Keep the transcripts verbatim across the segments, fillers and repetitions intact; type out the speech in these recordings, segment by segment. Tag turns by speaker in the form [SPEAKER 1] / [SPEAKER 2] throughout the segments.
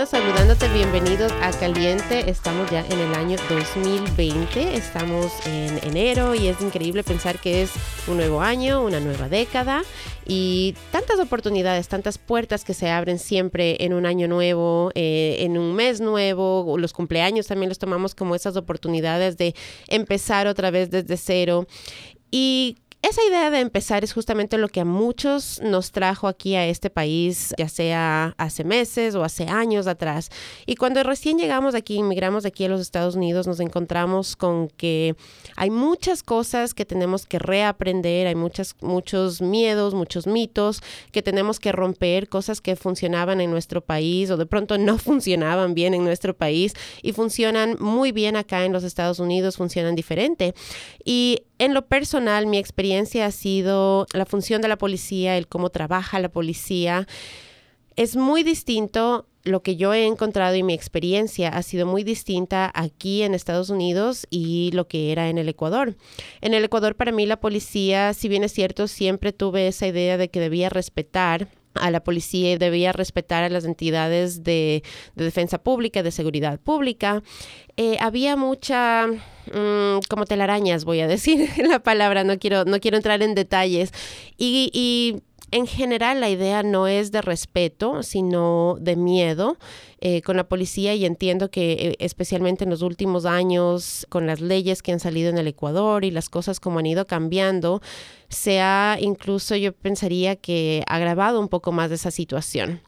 [SPEAKER 1] saludándote, bienvenidos a Caliente. Estamos ya en el año dos mil veinte, estamos en enero y es increíble pensar que es un nuevo año, una nueva década y tantas oportunidades, tantas puertas que se abren siempre en un año nuevo, eh, en un mes nuevo. Los cumpleaños también los tomamos como esas oportunidades de empezar otra vez desde cero. Y esa idea de empezar es justamente lo que a muchos nos trajo aquí a este país, ya sea hace meses o hace años atrás. Y cuando recién llegamos aquí, inmigramos aquí a los Estados Unidos, nos encontramos con que hay muchas cosas que tenemos que reaprender, hay muchas, muchos miedos, muchos mitos que tenemos que romper, cosas que funcionaban en nuestro país o de pronto no funcionaban bien en nuestro país y funcionan muy bien acá en los Estados Unidos, funcionan diferente. Y en lo personal, mi experiencia ha sido la función de la policía, el cómo trabaja la policía. Es muy distinto lo que yo he encontrado y mi experiencia ha sido muy distinta aquí en Estados Unidos y lo que era en el Ecuador. En el Ecuador, para mí, la policía, si bien es cierto, siempre tuve esa idea de que debía respetar a la policía y debía respetar a las entidades de, de defensa pública, de seguridad pública. Eh, había mucha, mmm, como telarañas, voy a decir la palabra, no quiero, no quiero entrar en detalles. Y, y en general la idea no es de respeto, sino de miedo eh, con la policía, y entiendo que eh, especialmente en los últimos años, con las leyes que han salido en el Ecuador y las cosas como han ido cambiando, se ha incluso, yo pensaría que agravado un poco más de esa situación.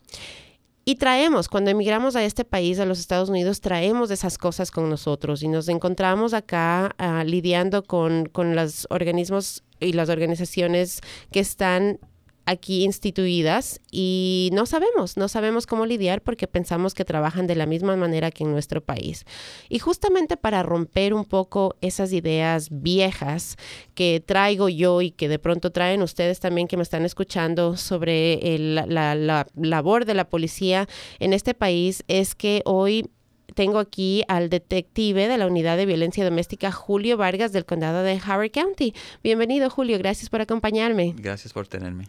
[SPEAKER 1] Y traemos, cuando emigramos a este país, a los Estados Unidos, traemos esas cosas con nosotros y nos encontramos acá uh, lidiando con, con los organismos y las organizaciones que están aquí instituidas y no sabemos, no sabemos cómo lidiar porque pensamos que trabajan de la misma manera que en nuestro país. Y justamente para romper un poco esas ideas viejas que traigo yo y que de pronto traen ustedes también que me están escuchando sobre el, la, la labor de la policía en este país, es que hoy tengo aquí al detective de la Unidad de Violencia Doméstica, Julio Vargas, del condado de Howard County. Bienvenido, Julio. Gracias por acompañarme.
[SPEAKER 2] Gracias por tenerme.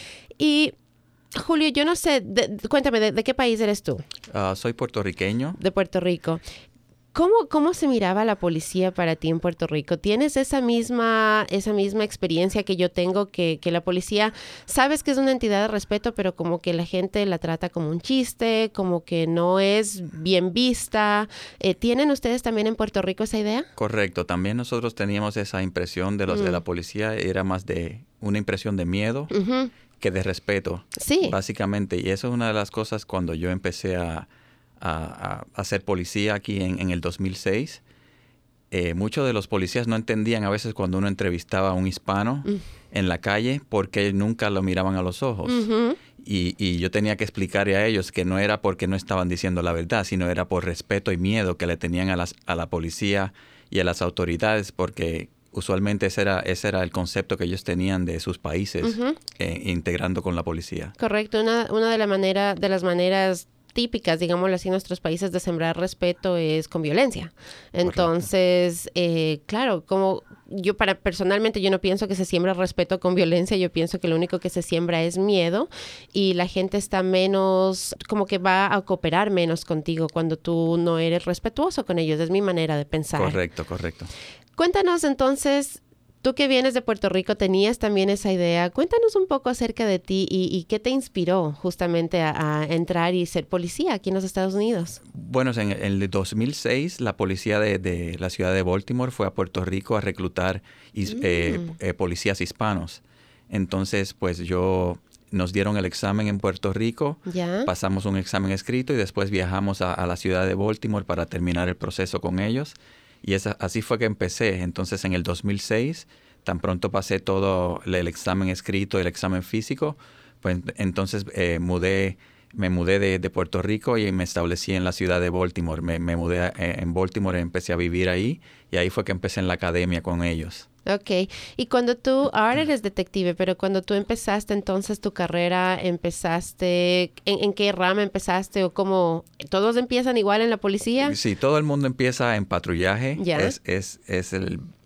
[SPEAKER 1] Y, Julio, yo no sé, de, cuéntame, de, ¿de qué país eres tú?
[SPEAKER 2] Uh, soy puertorriqueño.
[SPEAKER 1] De Puerto Rico. ¿Cómo, ¿Cómo se miraba la policía para ti en Puerto Rico? ¿Tienes esa misma, esa misma experiencia que yo tengo, que, que la policía, sabes que es una entidad de respeto, pero como que la gente la trata como un chiste, como que no es bien vista? Eh, ¿Tienen ustedes también en Puerto Rico esa idea?
[SPEAKER 2] Correcto. También nosotros teníamos esa impresión de los mm. de la policía. Era más de una impresión de miedo uh-huh. que de respeto.
[SPEAKER 1] Sí.
[SPEAKER 2] Básicamente. Y eso es una de las cosas cuando yo empecé a... A, a ser policía aquí en, en el dos mil seis. Eh, muchos de los policías no entendían a veces cuando uno entrevistaba a un hispano mm. en la calle porque nunca lo miraban a los ojos. Uh-huh. Y, y yo tenía que explicarle a ellos que no era porque no estaban diciendo la verdad, sino era por respeto y miedo que le tenían a, las, a la policía y a las autoridades, porque usualmente ese era, ese era el concepto que ellos tenían de sus países uh-huh. eh, integrando con la policía.
[SPEAKER 1] Correcto. Una, una de, la manera, de las maneras típicas, digámoslo así, en nuestros países de sembrar respeto es con violencia. Entonces, eh, claro, como yo para personalmente yo no pienso que se siembra respeto con violencia, yo pienso que lo único que se siembra es miedo y la gente está menos, como que va a cooperar menos contigo cuando tú no eres respetuoso con ellos. Es mi manera de pensar.
[SPEAKER 2] Correcto, correcto.
[SPEAKER 1] Cuéntanos entonces, tú que vienes de Puerto Rico, tenías también esa idea. Cuéntanos un poco acerca de ti y, y qué te inspiró justamente a, a entrar y ser policía aquí en los Estados Unidos.
[SPEAKER 2] Bueno, en el dos mil seis la policía de, de la ciudad de Baltimore fue a Puerto Rico a reclutar is, mm. eh, eh, policías hispanos. Entonces, pues yo... Nos dieron el examen en Puerto Rico,
[SPEAKER 1] ¿Ya?
[SPEAKER 2] Pasamos un examen escrito y después viajamos a, a la ciudad de Baltimore para terminar el proceso con ellos. Y esa, así fue que empecé. Entonces, en el dos mil seis, tan pronto pasé todo el examen escrito, el examen físico, pues entonces eh, mudé, me mudé de, de Puerto Rico y me establecí en la ciudad de Baltimore. Me, me mudé a, en Baltimore, empecé a vivir ahí y ahí fue que empecé en la academia con ellos.
[SPEAKER 1] Ok. Y cuando tú, ahora eres detective, pero cuando tú empezaste entonces tu carrera, empezaste, ¿en, en qué rama empezaste o cómo? ¿Todos empiezan igual en la policía?
[SPEAKER 2] Sí, todo el mundo empieza en patrullaje.
[SPEAKER 1] ¿Ya?
[SPEAKER 2] Es, es, es el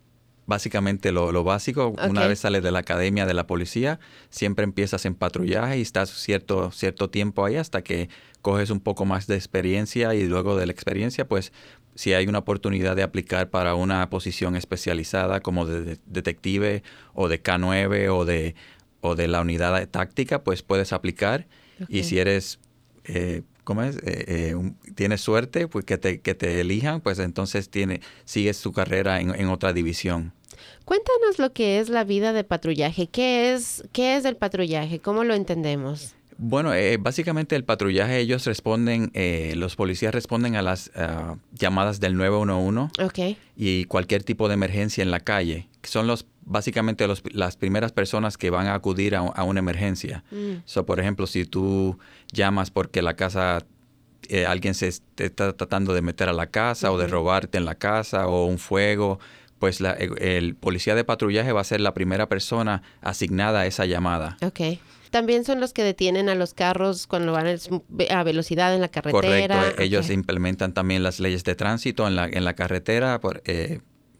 [SPEAKER 2] básicamente lo, lo básico. Okay. Una vez sales de la academia de la policía, siempre empiezas en patrullaje y estás cierto, cierto tiempo ahí hasta que coges un poco más de experiencia y luego de la experiencia, pues si hay una oportunidad de aplicar para una posición especializada como de, de detective o de K nueve o de, o de la unidad táctica, pues puedes aplicar. Okay. Y si eres... Eh, ¿Cómo es? Eh, eh, un, tienes suerte, pues que te, que te elijan, pues entonces tiene, sigues tu carrera en, en otra división.
[SPEAKER 1] Cuéntanos lo que es la vida de patrullaje. ¿Qué es, qué es el patrullaje? ¿Cómo lo entendemos?
[SPEAKER 2] Bueno, eh, básicamente el patrullaje, ellos responden, eh, los policías responden a las uh, llamadas del nueve uno uno.
[SPEAKER 1] Okay.
[SPEAKER 2] Y cualquier tipo de emergencia en la calle. Son los básicamente los, las primeras personas que van a acudir a, a una emergencia. Mm. So, por ejemplo, si tú llamas porque la casa, eh, alguien se está tratando de meter a la casa, uh-huh, o de robarte en la casa o un fuego, pues la, el, el policía de patrullaje va a ser la primera persona asignada a esa llamada.
[SPEAKER 1] Okay. También son los que detienen a los carros cuando van a velocidad en la carretera.
[SPEAKER 2] Correcto.
[SPEAKER 1] Okay.
[SPEAKER 2] Ellos implementan también las leyes de tránsito en la, en la carretera por eh,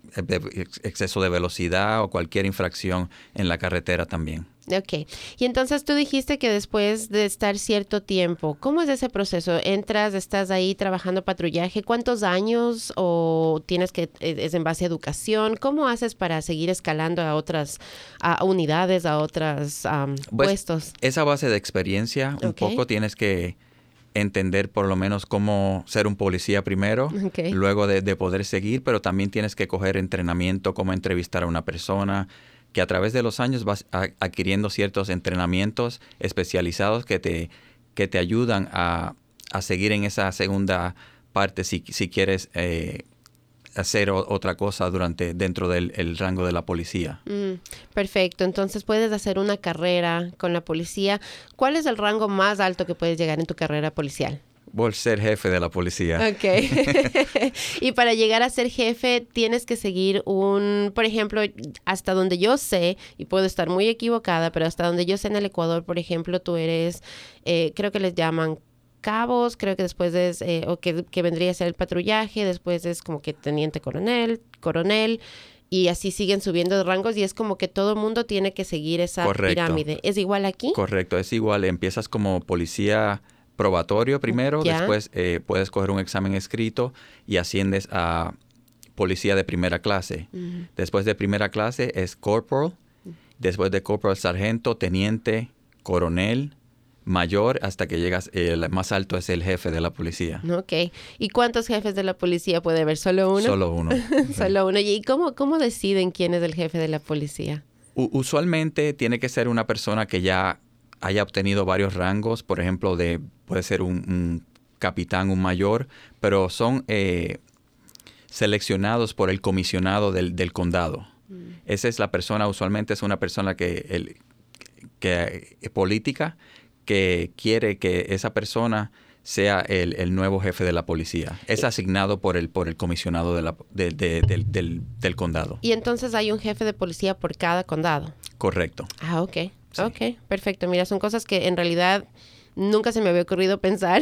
[SPEAKER 2] exceso de velocidad o cualquier infracción en la carretera también.
[SPEAKER 1] Ok. Y entonces tú dijiste que después de estar cierto tiempo, ¿cómo es ese proceso? ¿Entras, estás ahí trabajando patrullaje? ¿Cuántos años? ¿O tienes que, es en base a educación? ¿Cómo haces para seguir escalando a otras a unidades, a otros um, pues, puestos?
[SPEAKER 2] Esa base de experiencia, un okay. poco tienes que entender por lo menos cómo ser un policía primero, okay. luego de, de poder seguir, pero también tienes que coger entrenamiento, cómo entrevistar a una persona, que a través de los años vas a, adquiriendo ciertos entrenamientos especializados que te, que te ayudan a, a seguir en esa segunda parte si, si quieres eh, hacer o, otra cosa durante dentro del el rango de la policía.
[SPEAKER 1] Mm, perfecto. Entonces puedes hacer una carrera con la policía. ¿Cuál es el rango más alto que puedes llegar en tu carrera policial?
[SPEAKER 2] Por ser jefe de la policía.
[SPEAKER 1] Ok. Y para llegar a ser jefe tienes que seguir un, por ejemplo, hasta donde yo sé, y puedo estar muy equivocada, pero hasta donde yo sé en el Ecuador, por ejemplo, tú eres, eh, creo que les llaman cabos, creo que después es, eh, o que, que vendría a ser el patrullaje, después es como que teniente coronel, coronel, y así siguen subiendo de rangos y es como que todo el mundo tiene que seguir esa Correcto. Pirámide. ¿Es igual aquí?
[SPEAKER 2] Correcto, es igual. Empiezas como policía probatorio primero, ¿Ya? después eh, puedes coger un examen escrito y asciendes a policía de primera clase. Uh-huh. Después de primera clase es corporal, uh-huh. después de corporal sargento, teniente, coronel, mayor, hasta que llegas, el más alto es el jefe de la policía.
[SPEAKER 1] Ok. ¿Y cuántos jefes de la policía puede haber? ¿Solo uno?
[SPEAKER 2] Solo uno.
[SPEAKER 1] Solo uno. ¿Y cómo, cómo deciden quién es el jefe de la policía?
[SPEAKER 2] U- usualmente tiene que ser una persona que ya haya obtenido varios rangos, por ejemplo, de puede ser un, un capitán, un mayor, pero son eh, seleccionados por el comisionado del, del condado. Mm. Esa es la persona, usualmente es una persona que, el, que es política, que quiere que esa persona sea el, el nuevo jefe de la policía. Es asignado por el, por el comisionado de la, de, de, de, del, del condado.
[SPEAKER 1] Y entonces hay un jefe de policía por cada condado.
[SPEAKER 2] Correcto.
[SPEAKER 1] Ah, ok. Sí. Ok, perfecto. Mira, son cosas que en realidad nunca se me había ocurrido pensar.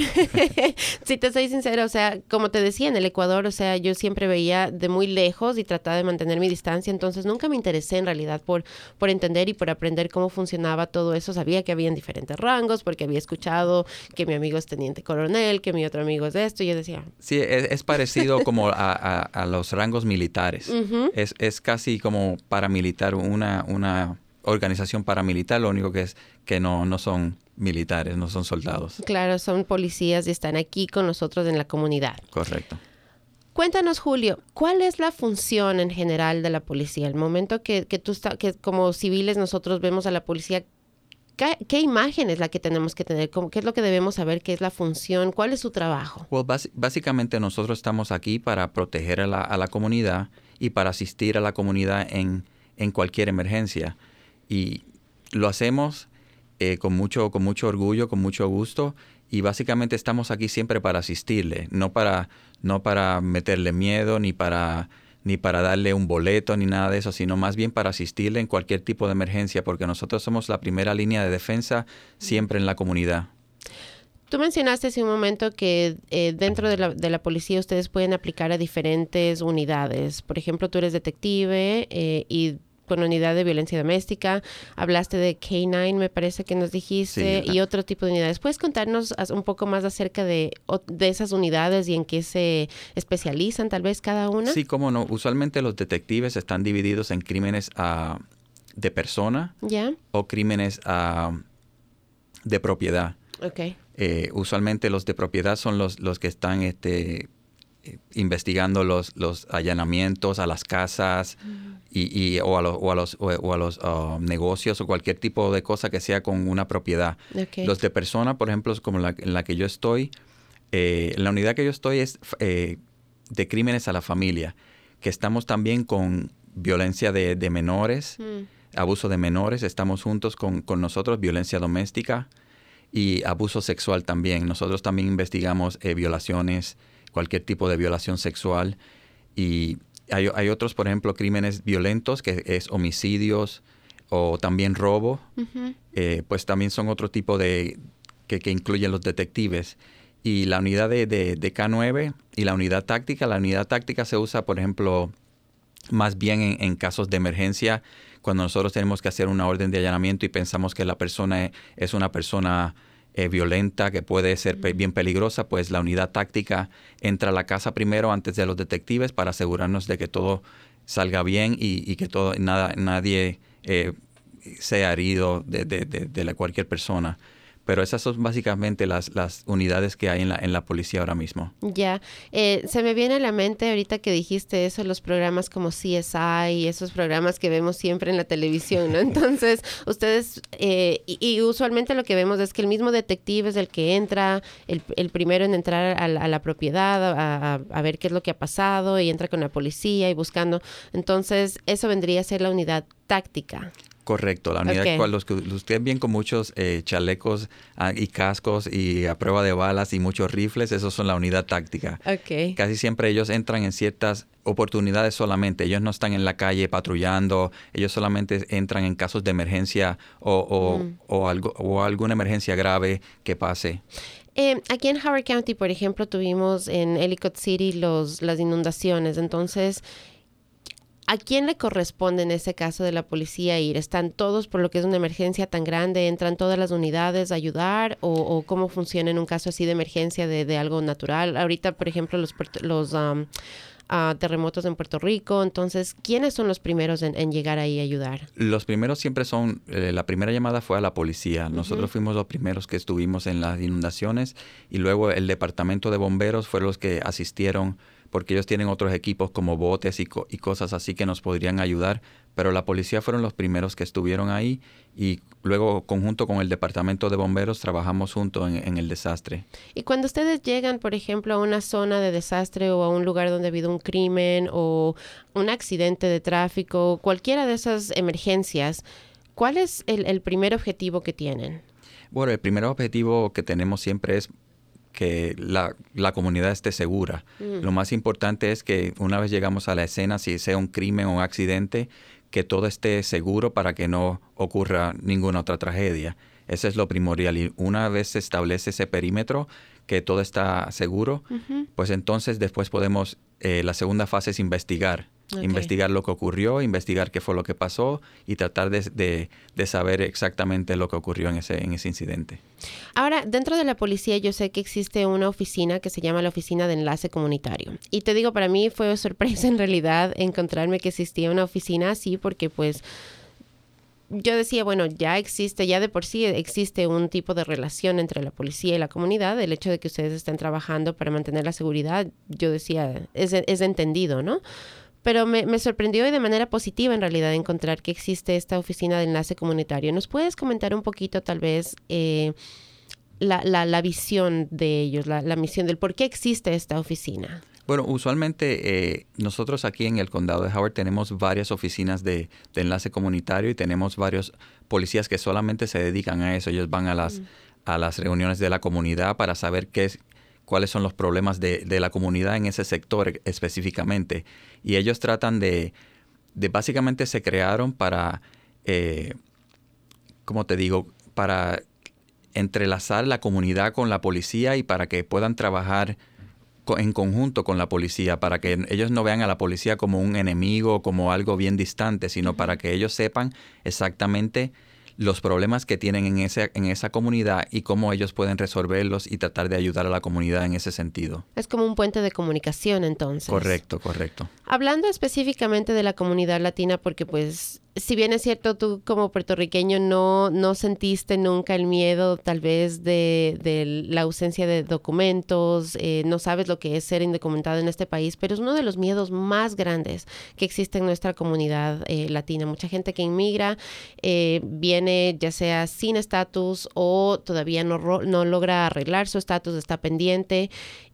[SPEAKER 1] Si te soy sincera, o sea, como te decía, en el Ecuador, o sea, yo siempre veía de muy lejos y trataba de mantener mi distancia, entonces nunca me interesé en realidad por, por entender y por aprender cómo funcionaba todo eso. Sabía que habían diferentes rangos porque había escuchado que mi amigo es teniente coronel, que mi otro amigo es esto, y yo decía...
[SPEAKER 2] Sí, es, es parecido como a, a, a los rangos militares. Uh-huh. Es, es casi como paramilitar, una, una organización paramilitar, lo único que es que no, no son militares, no son soldados.
[SPEAKER 1] Claro, son policías y están aquí con nosotros en la comunidad.
[SPEAKER 2] Correcto.
[SPEAKER 1] Cuéntanos, Julio, ¿cuál es la función en general de la policía? El momento que, que tú está, que como civiles nosotros vemos a la policía, ¿qué, qué imagen es la que tenemos que tener? ¿Qué es lo que debemos saber? ¿Qué es la función? ¿Cuál es su trabajo?
[SPEAKER 2] Well, bas- básicamente nosotros estamos aquí para proteger a la, a la comunidad y para asistir a la comunidad en, en cualquier emergencia. Y lo hacemos eh, con mucho, con mucho orgullo, con mucho gusto, y básicamente estamos aquí siempre para asistirle, no para, no para meterle miedo, ni para, ni para darle un boleto, ni nada de eso, sino más bien para asistirle en cualquier tipo de emergencia, porque nosotros somos la primera línea de defensa siempre en la comunidad.
[SPEAKER 1] Tú mencionaste hace un momento que eh, dentro de la, de la policía ustedes pueden aplicar a diferentes unidades. Por ejemplo, tú eres detective eh, y con unidad de violencia doméstica. Hablaste de K nueve, me parece que nos dijiste, sí, y otro tipo de unidades. ¿Puedes contarnos un poco más acerca de, de esas unidades y en qué se especializan tal vez cada una?
[SPEAKER 2] Sí, cómo no. Usualmente los detectives están divididos en crímenes uh, de persona,
[SPEAKER 1] ¿ya?
[SPEAKER 2] O crímenes uh, de propiedad.
[SPEAKER 1] Okay.
[SPEAKER 2] Eh, usualmente los de propiedad son los, los que están este, investigando los, los allanamientos a las casas, mm. y, y, o a los, o a los, o a los uh, negocios o cualquier tipo de cosa que sea con una propiedad.
[SPEAKER 1] Okay.
[SPEAKER 2] Los de persona, por ejemplo, como la, en la que yo estoy, eh, la unidad que yo estoy es eh, de crímenes a la familia, que estamos también con violencia de, de menores, mm. abuso de menores, estamos juntos con, con nosotros, violencia doméstica y abuso sexual también. Nosotros también investigamos eh, violaciones, cualquier tipo de violación sexual. Y hay, hay otros, por ejemplo, crímenes violentos, que es homicidios o también robo. Uh-huh. Eh, pues también son otro tipo de... que, que incluyen los detectives. Y la unidad de, de, de K nueve y la unidad táctica, la unidad táctica se usa, por ejemplo, más bien en, en casos de emergencia, cuando nosotros tenemos que hacer una orden de allanamiento y pensamos que la persona es una persona eh, violenta, que puede ser pe- bien peligrosa, pues la unidad táctica entra a la casa primero antes de los detectives para asegurarnos de que todo salga bien y, y que todo nada nadie eh, sea herido de, de, de, de la cualquier persona. Pero esas son básicamente las, las unidades que hay en la, en la policía ahora mismo.
[SPEAKER 1] Ya. Eh, se me viene a la mente ahorita que dijiste eso, los programas como C S I y esos programas que vemos siempre en la televisión, ¿no? Entonces, ustedes, eh, y, y usualmente lo que vemos es que el mismo detective es el que entra, el, el primero en entrar a la, a la propiedad, a, a, a ver qué es lo que ha pasado, y entra con la policía y buscando. Entonces, eso vendría a ser la unidad táctica.
[SPEAKER 2] Correcto, la unidad, okay. Los que ustedes ven con muchos eh, chalecos ah, y cascos y a prueba de balas y muchos rifles, esos son la unidad táctica.
[SPEAKER 1] Okay.
[SPEAKER 2] Casi siempre ellos entran en ciertas oportunidades solamente, ellos no están en la calle patrullando, ellos solamente entran en casos de emergencia o, o, mm. o, algo, o alguna emergencia grave que pase.
[SPEAKER 1] Eh, aquí en Howard County, por ejemplo, tuvimos en Ellicott City los, las inundaciones, entonces... ¿A quién le corresponde en ese caso de la policía ir? ¿Están todos, por lo que es una emergencia tan grande, entran todas las unidades a ayudar? ¿O, o cómo funciona en un caso así de emergencia de, de algo natural? Ahorita, por ejemplo, los, los um, uh, terremotos en Puerto Rico. Entonces, ¿quiénes son los primeros en, en llegar ahí a ayudar?
[SPEAKER 2] Los primeros siempre son... Eh, la primera llamada fue a la policía. Nosotros uh-huh. fuimos los primeros que estuvimos en las inundaciones y luego el departamento de bomberos fueron los que asistieron porque ellos tienen otros equipos como botes y, co- y cosas así que nos podrían ayudar, pero la policía fueron los primeros que estuvieron ahí y luego conjunto con el departamento de bomberos trabajamos juntos en, en el desastre.
[SPEAKER 1] Y cuando ustedes llegan, por ejemplo, a una zona de desastre o a un lugar donde ha habido un crimen o un accidente de tráfico, cualquiera de esas emergencias, ¿cuál es el, el primer objetivo que tienen?
[SPEAKER 2] Bueno, el primer objetivo que tenemos siempre es que la, la comunidad esté segura. Mm. Lo más importante es que una vez llegamos a la escena, si sea un crimen o un accidente, que todo esté seguro para que no ocurra ninguna otra tragedia. Eso es lo primordial. Y una vez se establece ese perímetro, que todo está seguro, uh-huh. pues entonces después podemos, eh, la segunda fase es investigar. Okay. Investigar lo que ocurrió, investigar qué fue lo que pasó y tratar de, de, de saber exactamente lo que ocurrió en ese, en ese incidente.
[SPEAKER 1] Ahora, dentro de la policía yo sé que existe una oficina que se llama la Oficina de Enlace Comunitario. Y te digo, para mí fue sorpresa en realidad encontrarme que existía una oficina así porque pues... yo decía, bueno, ya existe, ya de por sí existe un tipo de relación entre la policía y la comunidad. El hecho de que ustedes estén trabajando para mantener la seguridad, yo decía, es, es entendido, ¿no? Pero me, me sorprendió y de manera positiva en realidad encontrar que existe esta oficina de enlace comunitario. ¿Nos puedes comentar un poquito tal vez eh, la, la, la visión de ellos, la, la misión del por qué existe esta oficina?
[SPEAKER 2] Bueno, usualmente eh, nosotros aquí en el condado de Howard tenemos varias oficinas de, de enlace comunitario y tenemos varios policías que solamente se dedican a eso. Ellos van a las, mm. a las reuniones de la comunidad para saber qué es, cuáles son los problemas de, de la comunidad en ese sector específicamente. Y ellos tratan de, de básicamente se crearon para, eh, ¿cómo te digo? Para entrelazar la comunidad con la policía y para que puedan trabajar en conjunto con la policía, para que ellos no vean a la policía como un enemigo, como algo bien distante, sino uh-huh. para que ellos sepan exactamente los problemas que tienen en, ese, en esa comunidad y cómo ellos pueden resolverlos y tratar de ayudar a la comunidad en ese sentido.
[SPEAKER 1] Es como un puente de comunicación, entonces.
[SPEAKER 2] Correcto, correcto.
[SPEAKER 1] Hablando específicamente de la comunidad latina, porque pues, si bien es cierto, tú como puertorriqueño no, no sentiste nunca el miedo tal vez de, de la ausencia de documentos, eh, no sabes lo que es ser indocumentado en este país, pero es uno de los miedos más grandes que existe en nuestra comunidad eh, latina. Mucha gente que inmigra eh, viene ya sea sin estatus o todavía no, ro- no logra arreglar su estatus, está pendiente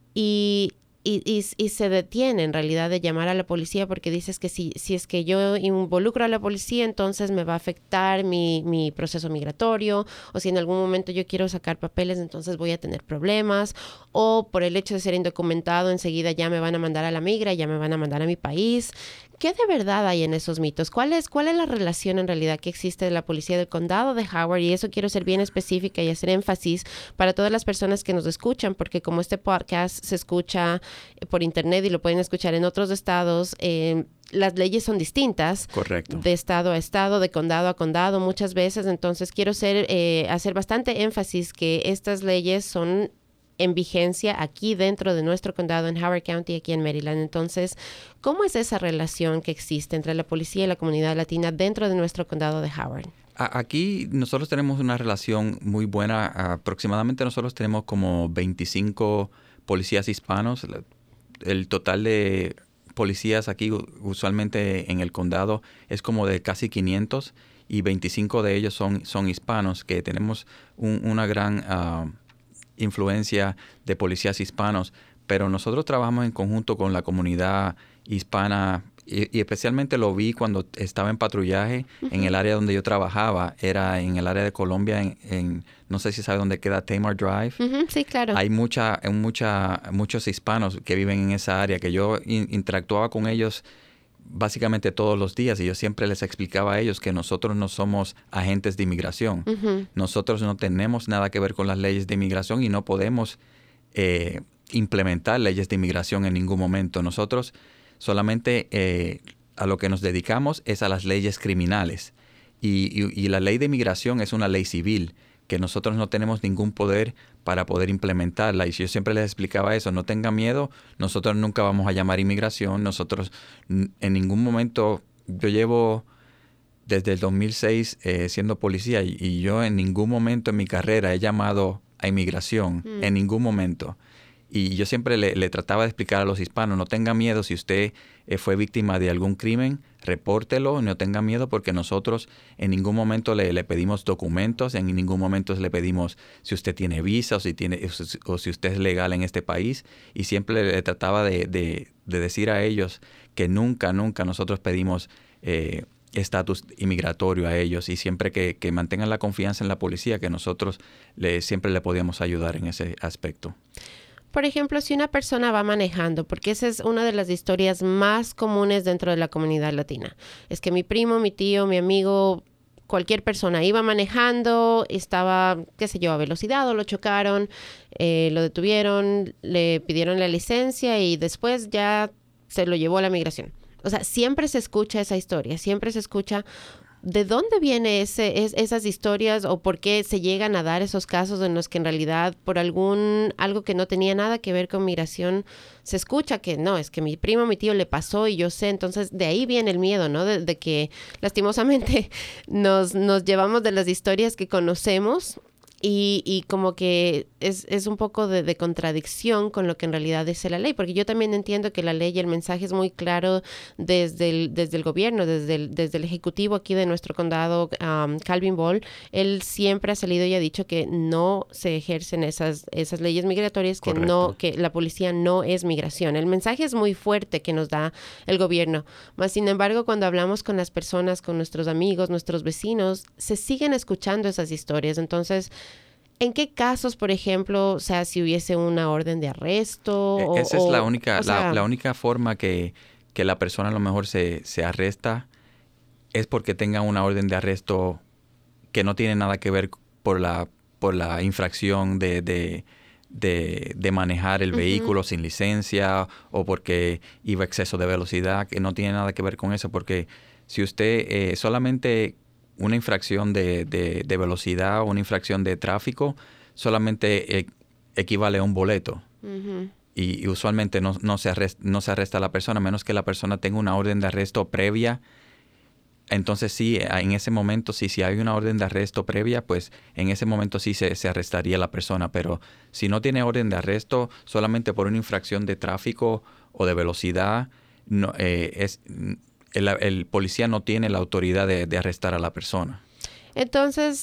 [SPEAKER 1] y... Y, y, y se detiene en realidad de llamar a la policía porque dices que si, si es que yo involucro a la policía, entonces me va a afectar mi, mi proceso migratorio, o si en algún momento yo quiero sacar papeles, entonces voy a tener problemas, o por el hecho de ser indocumentado, enseguida ya me van a mandar a la migra, ya me van a mandar a mi país. ¿Qué de verdad hay en esos mitos? ¿Cuál es, cuál es la relación en realidad que existe de la policía del condado de Howard? Y eso quiero ser bien específica y hacer énfasis para todas las personas que nos escuchan, porque como este podcast se escucha por internet y lo pueden escuchar en otros estados, eh, las leyes son distintas.
[SPEAKER 2] Correcto.
[SPEAKER 1] De estado a estado, de condado a condado muchas veces. Entonces quiero ser, eh, hacer bastante énfasis que estas leyes son en vigencia aquí dentro de nuestro condado en Howard County, aquí en Maryland. Entonces, ¿cómo es esa relación que existe entre la policía y la comunidad latina dentro de nuestro condado de Howard?
[SPEAKER 2] Aquí nosotros tenemos una relación muy buena. Aproximadamente nosotros tenemos como veinticinco policías hispanos. El total de policías aquí usualmente en el condado es como de casi quinientos y veinticinco de ellos son, son hispanos, que tenemos un, una gran uh, influencia de policías hispanos, pero nosotros trabajamos en conjunto con la comunidad hispana y, y especialmente lo vi cuando estaba en patrullaje uh-huh. en el área donde yo trabajaba, era en el área de Colombia, en, en no sé si sabe dónde queda Tamar Drive.
[SPEAKER 1] Uh-huh, sí, claro.
[SPEAKER 2] Hay mucha, mucha, muchos hispanos que viven en esa área, que yo in, interactuaba con ellos básicamente todos los días y yo siempre les explicaba a ellos que nosotros no somos agentes de inmigración. Uh-huh. Nosotros no tenemos nada que ver con las leyes de inmigración y no podemos eh, implementar leyes de inmigración en ningún momento. Nosotros solamente eh, a lo que nos dedicamos es a las leyes criminales y, y, y la ley de inmigración es una ley civil que nosotros no tenemos ningún poder para poder implementarla. Y yo siempre les explicaba eso, no tengan miedo, nosotros nunca vamos a llamar inmigración, nosotros en ningún momento, yo llevo desde el dos mil seis eh, siendo policía y, y yo en ningún momento en mi carrera he llamado a inmigración, mm. en ningún momento. Y yo siempre le, le trataba de explicar a los hispanos, no tenga miedo si usted eh, fue víctima de algún crimen, repórtelo, no tenga miedo porque nosotros en ningún momento le, le pedimos documentos, en ningún momento le pedimos si usted tiene visa o si, tiene, o si usted es legal en este país. Y siempre le, le trataba de, de, de decir a ellos que nunca, nunca nosotros pedimos eh, estatus inmigratorio a ellos y siempre que, que mantengan la confianza en la policía, que nosotros le, siempre le podíamos ayudar en ese aspecto.
[SPEAKER 1] Por ejemplo, si una persona va manejando, porque esa es una de las historias más comunes dentro de la comunidad latina, es que mi primo, mi tío, mi amigo, cualquier persona iba manejando, estaba, qué sé yo, a velocidad o lo chocaron, eh, lo detuvieron, le pidieron la licencia y después ya se lo llevó a la migración. O sea, siempre se escucha esa historia, siempre se escucha. ¿De dónde vienen ese, es, esas historias o por qué se llegan a dar esos casos en los que en realidad por algún algo que no tenía nada que ver con migración se escucha que no, es que mi primo, mi tío le pasó y yo sé? Entonces de ahí viene el miedo, ¿no? De, de que lastimosamente nos, nos llevamos de las historias que conocemos y, y como que es, es un poco de, de contradicción con lo que en realidad dice la ley, porque yo también entiendo que la ley y el mensaje es muy claro desde el, desde el gobierno, desde el, desde el ejecutivo aquí de nuestro condado, um, Calvin Ball. Él siempre ha salido y ha dicho que no se ejercen esas, esas leyes migratorias, que no, que la policía no es migración. El mensaje es muy fuerte que nos da el gobierno, mas sin embargo cuando hablamos con las personas, con nuestros amigos, nuestros vecinos, se siguen escuchando esas historias. Entonces, ¿en qué casos, por ejemplo, o sea, si hubiese una orden de arresto? O,
[SPEAKER 2] Esa es la única,
[SPEAKER 1] o sea,
[SPEAKER 2] la, la única forma que, que la persona a lo mejor se, se arresta es porque tenga una orden de arresto que no tiene nada que ver por la por la infracción de, de, de, de manejar el uh-huh. vehículo sin licencia o porque iba a exceso de velocidad, que no tiene nada que ver con eso, porque si usted eh, solamente una infracción de, de, de velocidad o una infracción de tráfico, solamente eh, equivale a un boleto. Uh-huh. Y, y usualmente no, no, se arresta, no se arresta a la persona, a menos que la persona tenga una orden de arresto previa. Entonces sí, en ese momento sí, si hay una orden de arresto previa, pues en ese momento sí se, se arrestaría a la persona. Pero si no tiene orden de arresto, solamente por una infracción de tráfico o de velocidad, no, eh, es, el, el policía no tiene la autoridad de, de arrestar a la persona.
[SPEAKER 1] Entonces,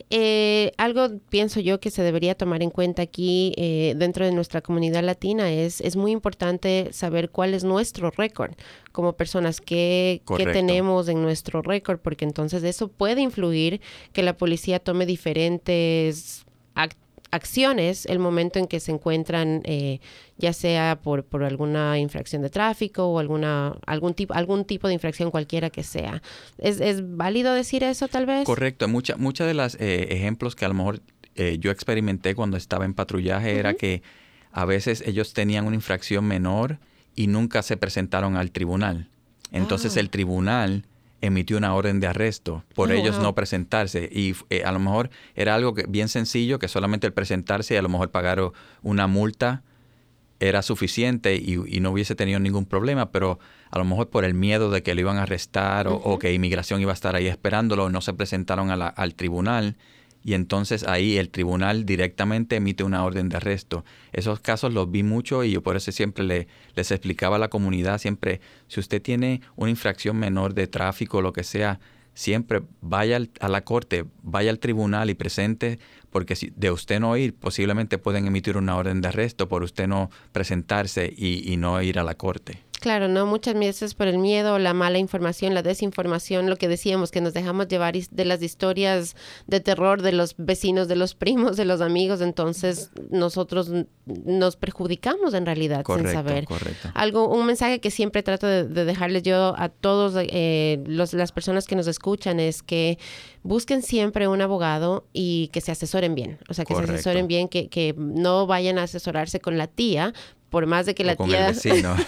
[SPEAKER 1] eh, algo pienso yo que se debería tomar en cuenta aquí eh, dentro de nuestra comunidad latina es, es muy importante saber cuál es nuestro récord como personas, qué, qué tenemos en nuestro récord, porque entonces eso puede influir que la policía tome diferentes actos acciones el momento en que se encuentran, eh, ya sea por, por alguna infracción de tráfico o alguna algún tipo algún tipo de infracción cualquiera que sea. ¿Es, es válido decir eso tal vez?
[SPEAKER 2] Correcto. Muchas mucha de los eh, ejemplos que a lo mejor eh, yo experimenté cuando estaba en patrullaje uh-huh. era que a veces ellos tenían una infracción menor y nunca se presentaron al tribunal. Entonces oh. el tribunal emitió una orden de arresto por oh, ellos wow. no presentarse. Y eh, a lo mejor era algo que, bien sencillo, que solamente el presentarse y a lo mejor pagar una multa era suficiente y, y no hubiese tenido ningún problema, pero a lo mejor por el miedo de que lo iban a arrestar uh-huh. o, o que inmigración iba a estar ahí esperándolo, no se presentaron a la, al tribunal. Y entonces ahí el tribunal directamente emite una orden de arresto. Esos casos los vi mucho y yo por eso siempre le, les explicaba a la comunidad, siempre, si usted tiene una infracción menor de tráfico o lo que sea, siempre vaya al, a la corte, vaya al tribunal y presente, porque si de usted no ir, posiblemente pueden emitir una orden de arresto por usted no presentarse y, y no ir a la corte.
[SPEAKER 1] Claro, ¿no? Muchas veces por el miedo, la mala información, la desinformación, lo que decíamos, que nos dejamos llevar de las historias de terror de los vecinos, de los primos, de los amigos, entonces nosotros nos perjudicamos en realidad
[SPEAKER 2] correcto,
[SPEAKER 1] sin saber.
[SPEAKER 2] Correcto.
[SPEAKER 1] Algo, un mensaje que siempre trato de, de dejarles yo a todos eh, los, las personas que nos escuchan es que busquen siempre un abogado y que se asesoren bien. O sea, que correcto. se asesoren bien, que, que no vayan a asesorarse con la tía, por más de que
[SPEAKER 2] o
[SPEAKER 1] la
[SPEAKER 2] con
[SPEAKER 1] tía
[SPEAKER 2] el vecino.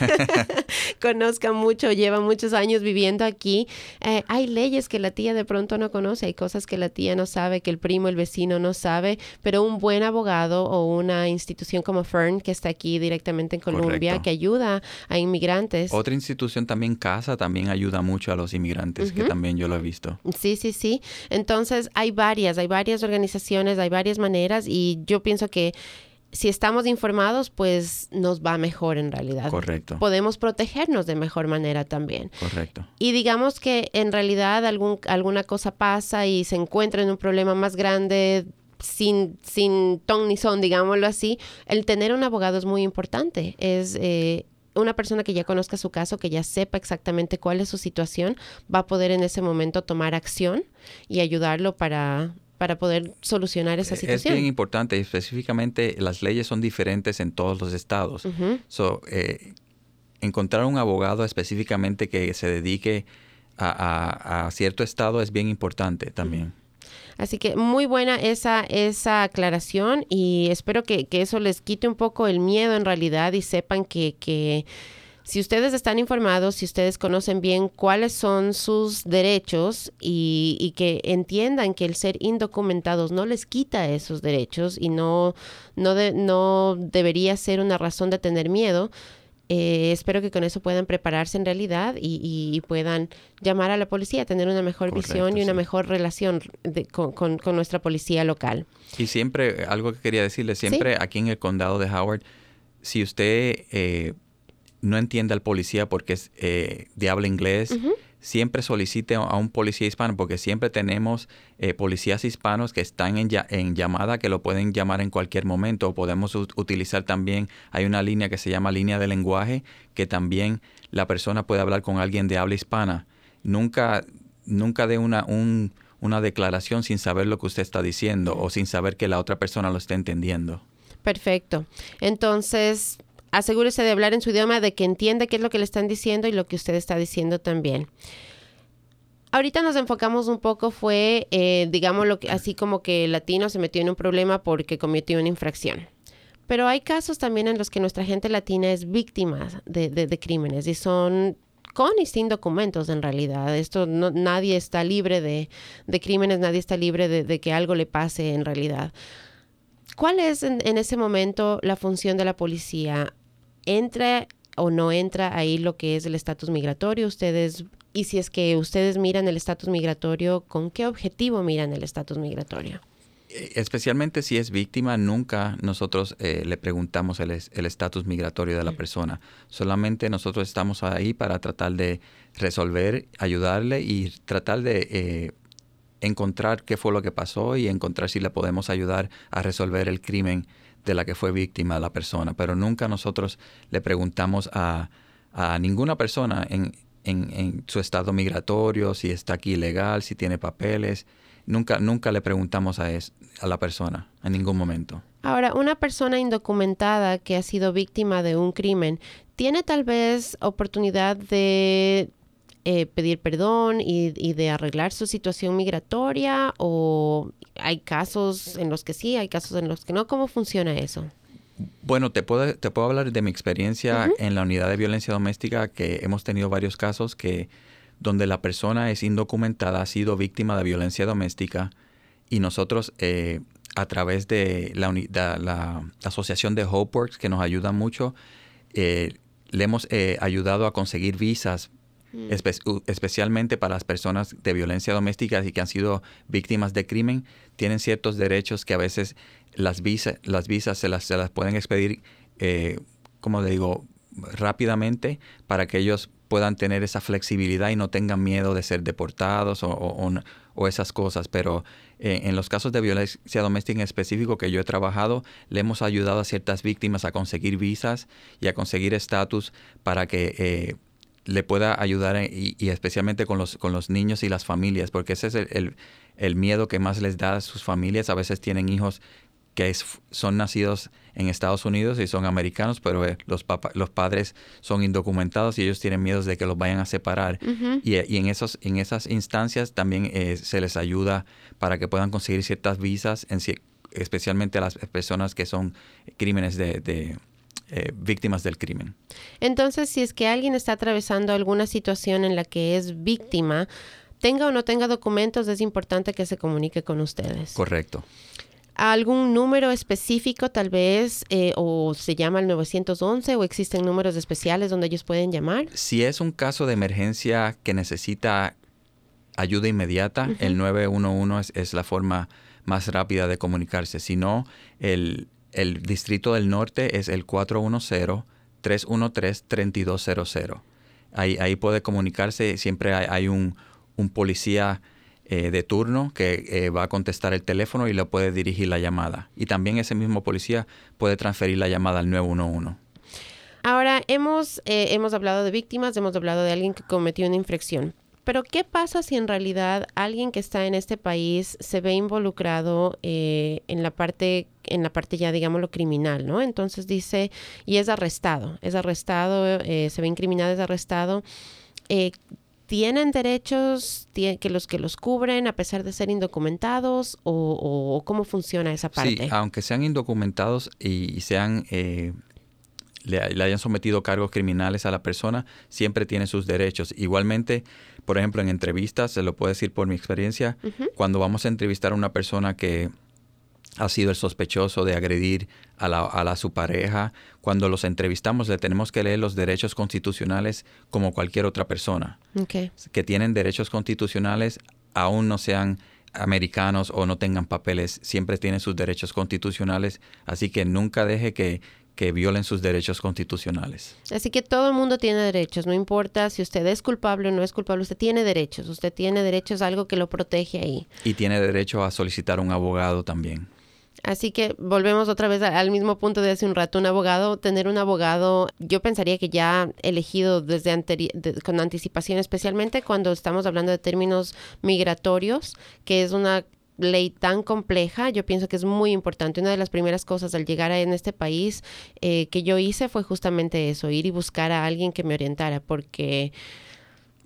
[SPEAKER 1] conozca mucho, lleva muchos años viviendo aquí, eh, hay leyes que la tía de pronto no conoce, hay cosas que la tía no sabe, que el primo, el vecino no sabe, pero un buen abogado o una institución como Fern, que está aquí directamente en Colombia, correcto. Que ayuda a inmigrantes.
[SPEAKER 2] Otra institución también, CASA, también ayuda mucho a los inmigrantes, uh-huh. que también yo lo he visto.
[SPEAKER 1] Sí, sí, sí. Entonces, hay varias, hay varias organizaciones, hay varias maneras y yo pienso que si estamos informados, pues nos va mejor en realidad.
[SPEAKER 2] Correcto.
[SPEAKER 1] Podemos protegernos de mejor manera también.
[SPEAKER 2] Correcto.
[SPEAKER 1] Y digamos que en realidad algún, alguna cosa pasa y se encuentra en un problema más grande, sin, sin ton ni son, digámoslo así, el tener un abogado es muy importante. Es eh, una persona que ya conozca su caso, que ya sepa exactamente cuál es su situación, va a poder en ese momento tomar acción y ayudarlo para... para poder solucionar esa situación.
[SPEAKER 2] Es bien importante, específicamente las leyes son diferentes en todos los estados. Uh-huh. So, eh, encontrar un abogado específicamente que se dedique a, a, a cierto estado es bien importante también.
[SPEAKER 1] Uh-huh. Así que muy buena esa, esa aclaración y espero que, que eso les quite un poco el miedo en realidad y sepan que... que si ustedes están informados, si ustedes conocen bien cuáles son sus derechos y, y que entiendan que el ser indocumentados no les quita esos derechos y no, no, de, no debería ser una razón de tener miedo, eh, espero que con eso puedan prepararse en realidad y, y, y puedan llamar a la policía, tener una mejor Correcto, visión y una sí. mejor relación de, con, con, con nuestra policía local.
[SPEAKER 2] Y siempre, algo que quería decirle, siempre ¿Sí? aquí en el condado de Howard, si usted... Eh, no entiende al policía porque es eh, de habla inglés, uh-huh. siempre solicite a un policía hispano porque siempre tenemos eh, policías hispanos que están en, ya, en llamada, que lo pueden llamar en cualquier momento. O podemos u- utilizar también, hay una línea que se llama línea de lenguaje, que también la persona puede hablar con alguien de habla hispana. Nunca, nunca dé una, un, una declaración sin saber lo que usted está diciendo uh-huh. o sin saber que la otra persona lo está entendiendo.
[SPEAKER 1] Perfecto. Entonces... asegúrese de hablar en su idioma, de que entienda qué es lo que le están diciendo y lo que usted está diciendo también. Ahorita nos enfocamos un poco, fue, eh, digamos, lo que, así como que el latino se metió en un problema porque cometió una infracción. Pero hay casos también en los que nuestra gente latina es víctima de, de, de crímenes y son con y sin documentos en realidad. Esto no, nadie está libre de, de crímenes, nadie está libre de, de que algo le pase en realidad. ¿Cuál es en, en ese momento la función de la policía? ¿Entra o no entra ahí lo que es el estatus migratorio? Ustedes, y si es que ustedes miran el estatus migratorio, ¿con qué objetivo miran el estatus migratorio?
[SPEAKER 2] Especialmente si es víctima, nunca nosotros eh, le preguntamos el estatus migratorio de la persona. Solamente nosotros estamos ahí para tratar de resolver, ayudarle y tratar de eh, encontrar qué fue lo que pasó y encontrar si le podemos ayudar a resolver el crimen de la que fue víctima la persona. Pero nunca nosotros le preguntamos a, a ninguna persona en, en, en su estado migratorio, si está aquí ilegal, si tiene papeles. Nunca, nunca le preguntamos a, es, a la persona, en ningún momento.
[SPEAKER 1] Ahora, una persona indocumentada que ha sido víctima de un crimen, ¿tiene tal vez oportunidad de eh, pedir perdón y, y de arreglar su situación migratoria? ¿O hay casos en los que sí, hay casos en los que no? ¿Cómo funciona eso?
[SPEAKER 2] Bueno, te puedo, te puedo hablar de mi experiencia uh-huh. en la unidad de violencia doméstica, que hemos tenido varios casos que donde la persona es indocumentada, ha sido víctima de violencia doméstica y nosotros eh, a través de la, uni- de la asociación de HopeWorks, que nos ayuda mucho, eh, le hemos eh, ayudado a conseguir visas, mm. espe- especialmente para las personas de violencia doméstica y que han sido víctimas de crimen. Tienen ciertos derechos que a veces las, visa- las visas se las, se las pueden expedir, eh, como le digo, rápidamente para que ellos puedan tener esa flexibilidad y no tengan miedo de ser deportados o, o, o esas cosas. Pero eh, en los casos de violencia doméstica en específico que yo he trabajado, le hemos ayudado a ciertas víctimas a conseguir visas y a conseguir estatus para que eh, le pueda ayudar en, y, y especialmente con los, con los niños y las familias, porque ese es el, el, el miedo que más les da a sus familias. A veces tienen hijos que es, son nacidos en Estados Unidos y son americanos, pero eh, los, papa, los padres son indocumentados y ellos tienen miedo de que los vayan a separar. Uh-huh. Y, y en, esos, en esas instancias también eh, se les ayuda para que puedan conseguir ciertas visas, en, especialmente a las personas que son crímenes de, de eh, víctimas del crimen.
[SPEAKER 1] Entonces, si es que alguien está atravesando alguna situación en la que es víctima, tenga o no tenga documentos, es importante que se comunique con ustedes.
[SPEAKER 2] Correcto.
[SPEAKER 1] ¿Algún número específico tal vez eh, o se llama el nueve once o existen números especiales donde ellos pueden llamar?
[SPEAKER 2] Si es un caso de emergencia que necesita ayuda inmediata, uh-huh. el nueve uno uno es, es la forma más rápida de comunicarse. Si no, el, el Distrito del Norte es el cuatro uno cero, tres uno tres, tres dos cero cero. Ahí, ahí puede comunicarse. Siempre hay, hay un, un policía Eh, de turno que eh, va a contestar el teléfono y le puede dirigir la llamada. Y también ese mismo policía puede transferir la llamada al nueve uno uno.
[SPEAKER 1] Ahora, hemos, eh, hemos hablado de víctimas, hemos hablado de alguien que cometió una infracción. Pero, ¿qué pasa si en realidad alguien que está en este país se ve involucrado eh, en la parte, en la parte ya, digámoslo, criminal, ¿no? Entonces dice, y es arrestado, es arrestado, eh, se ve incriminado, es arrestado. Eh, ¿Tienen derechos que los que los cubren a pesar de ser indocumentados o, o, o cómo funciona esa parte?
[SPEAKER 2] Sí, aunque sean indocumentados y, y sean eh, le, le hayan sometido cargos criminales a la persona, siempre tiene sus derechos. Igualmente, por ejemplo, en entrevistas, se lo puedo decir por mi experiencia, uh-huh. cuando vamos a entrevistar a una persona que ha sido el sospechoso de agredir a, la, a, la, a su pareja, cuando los entrevistamos le tenemos que leer los derechos constitucionales como cualquier otra persona.
[SPEAKER 1] Okay.
[SPEAKER 2] Que tienen derechos constitucionales, aún no sean americanos o no tengan papeles, siempre tienen sus derechos constitucionales, así que nunca deje que, que violen sus derechos constitucionales.
[SPEAKER 1] Así que todo el mundo tiene derechos, no importa si usted es culpable o no es culpable, usted tiene derechos, usted tiene derechos, algo que lo protege ahí.
[SPEAKER 2] Y tiene derecho a solicitar un abogado también.
[SPEAKER 1] Así que volvemos otra vez al mismo punto de hace un rato. Un abogado, tener un abogado, yo pensaría que ya elegido desde anteri- de, con anticipación, especialmente cuando estamos hablando de términos migratorios, que es una ley tan compleja. Yo pienso que es muy importante. Una de las primeras cosas al llegar a, en este país eh, que yo hice fue justamente eso, ir y buscar a alguien que me orientara, porque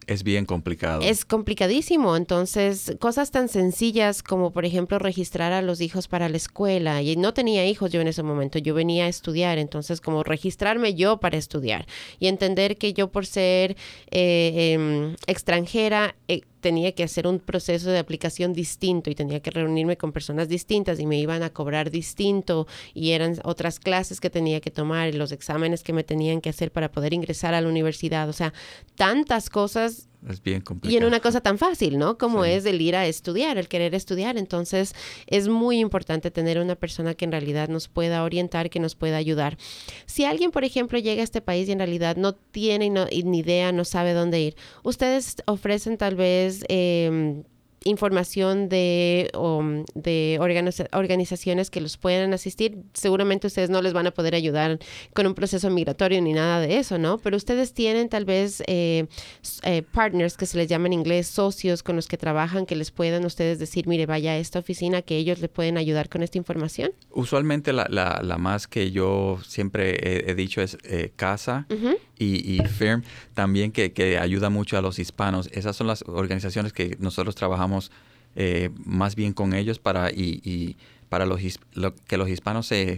[SPEAKER 2] Es bien complicado.
[SPEAKER 1] Es complicadísimo. Entonces, cosas tan sencillas como, por ejemplo, registrar a los hijos para la escuela. Y no tenía hijos yo en ese momento. Yo venía a estudiar. Entonces, como registrarme yo para estudiar. Y entender que yo por ser eh, eh, extranjera... Eh, tenía que hacer un proceso de aplicación distinto y tenía que reunirme con personas distintas y me iban a cobrar distinto y eran otras clases que tenía que tomar y los exámenes que me tenían que hacer para poder ingresar a la universidad. O sea, tantas cosas.
[SPEAKER 2] Es bien complicado.
[SPEAKER 1] Y en una cosa tan fácil, ¿no? Como
[SPEAKER 2] sí.
[SPEAKER 1] es el ir a estudiar, el querer estudiar. Entonces, es muy importante tener una persona que en realidad nos pueda orientar, que nos pueda ayudar. Si alguien, por ejemplo, llega a este país y en realidad no tiene no, ni idea, no sabe dónde ir, ustedes ofrecen tal vez eh, información de, um, de organiza- organizaciones que los puedan asistir. Seguramente ustedes no les van a poder ayudar con un proceso migratorio ni nada de eso, ¿no? Pero ustedes tienen tal vez eh, eh, partners, que se les llama en inglés, socios con los que trabajan, que les puedan ustedes decir, mire, vaya a esta oficina, que ellos le pueden ayudar con esta información.
[SPEAKER 2] Usualmente la, la, la más que yo siempre he, he dicho es eh, CASA uh-huh. y, y F I R M, también que, que ayuda mucho a los hispanos. Esas son las organizaciones que nosotros trabajamos Eh, más bien con ellos para y, y para los lo, que los hispanos se,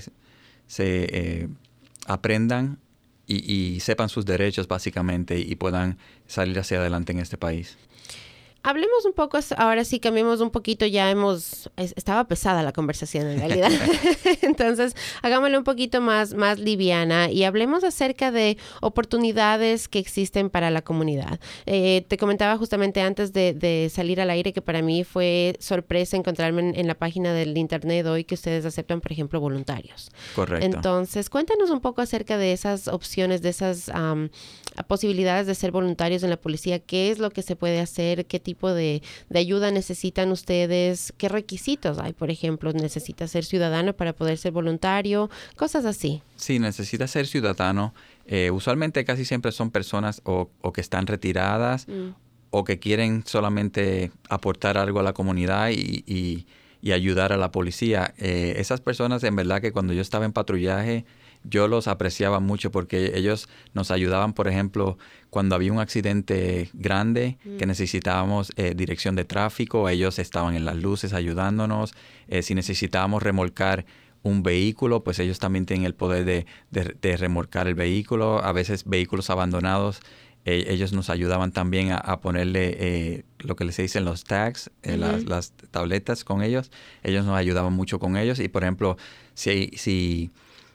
[SPEAKER 2] se eh, aprendan y, y sepan sus derechos básicamente y puedan salir hacia adelante en este país.
[SPEAKER 1] Hablemos un poco, ahora sí cambiemos un poquito, ya hemos, estaba pesada la conversación en realidad, entonces hagámoslo un poquito más, más liviana y hablemos acerca de oportunidades que existen para la comunidad. Eh, te comentaba justamente antes de, de salir al aire que para mí fue sorpresa encontrarme en, en la página del internet hoy que ustedes aceptan, por ejemplo, voluntarios.
[SPEAKER 2] Correcto.
[SPEAKER 1] Entonces, cuéntanos un poco acerca de esas opciones, de esas um, posibilidades de ser voluntarios en la policía, qué es lo que se puede hacer, qué tipo tipo de, de ayuda necesitan ustedes, qué requisitos hay, por ejemplo, necesita ser ciudadano para poder ser voluntario, cosas así.
[SPEAKER 2] Sí, necesita ser ciudadano. Eh, usualmente casi siempre son personas o, o que están retiradas mm. o que quieren solamente aportar algo a la comunidad y, y, y ayudar a la policía. Eh, esas personas, en verdad que cuando yo estaba en patrullaje, yo los apreciaba mucho porque ellos nos ayudaban, por ejemplo, cuando había un accidente grande mm. que necesitábamos eh, dirección de tráfico, ellos estaban en las luces ayudándonos. Eh, si necesitábamos remolcar un vehículo, pues ellos también tienen el poder de, de, de remolcar el vehículo. A veces vehículos abandonados, eh, ellos nos ayudaban también a, a ponerle eh, lo que les dicen los tags, eh, uh-huh. las, las tabletas con ellos. Ellos nos ayudaban mucho con ellos. Y, por ejemplo, si... si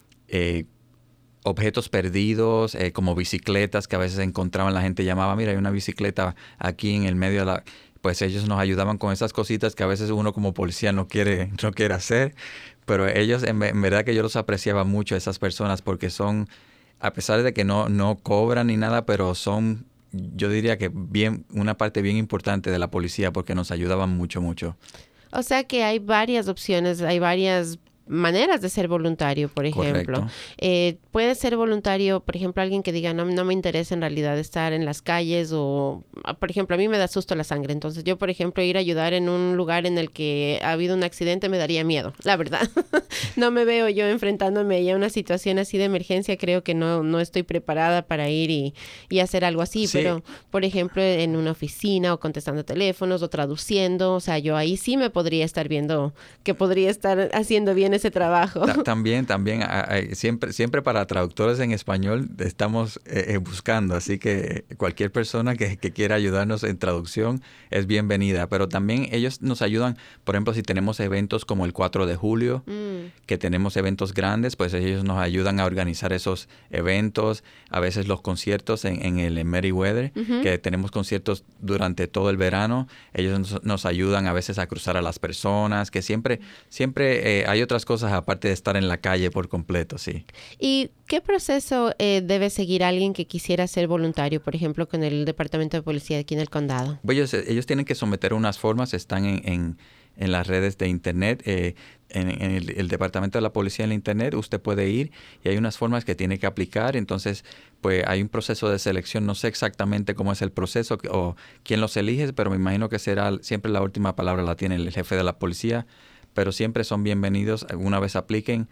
[SPEAKER 2] Eh, objetos perdidos, eh, como bicicletas que a veces encontraban, la gente llamaba, mira, hay una bicicleta aquí en el medio de la... Pues ellos nos ayudaban con esas cositas que a veces uno como policía no quiere, no quiere hacer, pero ellos, en, en verdad que yo los apreciaba mucho, esas personas, porque son, a pesar de que no, no cobran ni nada, pero son, yo diría que bien, una parte bien importante de la policía, porque nos ayudaban mucho, mucho.
[SPEAKER 1] O sea que hay varias opciones, hay varias maneras de ser voluntario, por ejemplo. Eh, puede ser voluntario, por ejemplo, alguien que diga, no, no me interesa en realidad estar en las calles o, por ejemplo, a mí me da susto la sangre. Entonces yo, por ejemplo, ir a ayudar en un lugar en el que ha habido un accidente me daría miedo, la verdad. No me veo yo enfrentándome a una situación así de emergencia. Creo que no, no estoy preparada para ir y, y hacer algo así. Sí. Pero, por ejemplo, en una oficina o contestando teléfonos o traduciendo, o sea, yo ahí sí me podría estar viendo que podría estar haciendo bien ese trabajo.
[SPEAKER 2] Ta- también, también, hay, siempre, siempre para traductores en español estamos eh, buscando, así que cualquier persona que, que quiera ayudarnos en traducción es bienvenida, pero también ellos nos ayudan, por ejemplo, si tenemos eventos como el cuatro de julio, mm. que tenemos eventos grandes, pues ellos nos ayudan a organizar esos eventos, a veces los conciertos en, en el Meriwether, uh-huh. que tenemos conciertos durante todo el verano, ellos nos, nos ayudan a veces a cruzar a las personas, que siempre, siempre eh, hay otras cosas aparte de estar en la calle por completo, sí.
[SPEAKER 1] ¿Y qué proceso eh, debe seguir alguien que quisiera ser voluntario, por ejemplo, con el Departamento de Policía aquí en el condado?
[SPEAKER 2] Ellos, ellos tienen que someter unas formas, están en, en, en las redes de internet, eh, en, en el, el Departamento de la Policía en la internet, usted puede ir y hay unas formas que tiene que aplicar, entonces pues hay un proceso de selección, no sé exactamente cómo es el proceso o quién los elige, pero me imagino que será siempre la última palabra la tiene el jefe de la policía, pero siempre son bienvenidos, una vez apliquen,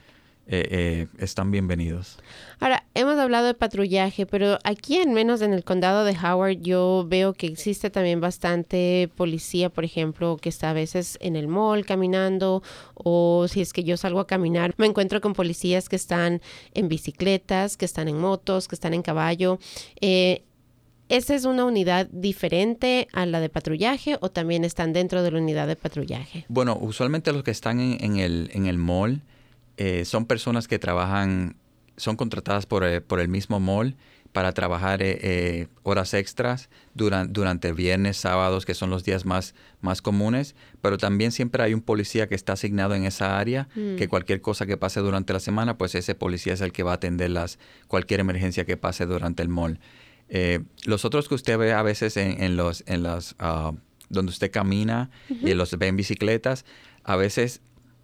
[SPEAKER 2] eh, eh, están bienvenidos.
[SPEAKER 1] Ahora, hemos hablado de patrullaje, pero aquí, al menos en el condado de Howard, yo veo que existe también bastante policía, por ejemplo, que está a veces en el mall caminando, o si es que yo salgo a caminar, me encuentro con policías que están en bicicletas, que están en motos, que están en caballo. Eh, ¿Esa es una unidad diferente a la de patrullaje o también están dentro de la unidad de patrullaje?
[SPEAKER 2] Bueno, usualmente los que están en, en, el, en el mall eh, son personas que trabajan, son contratadas por, eh, por el mismo mall para trabajar eh, eh, horas extras durante, durante viernes, sábados, que son los días más, más comunes, pero también siempre hay un policía que está asignado en esa área, mm. que cualquier cosa que pase durante la semana, pues ese policía es el que va a atender las, cualquier emergencia que pase durante el mall. Eh, los otros que usted ve a veces en, en los, en las, uh, donde usted camina uh-huh. y los ve en bicicletas, a veces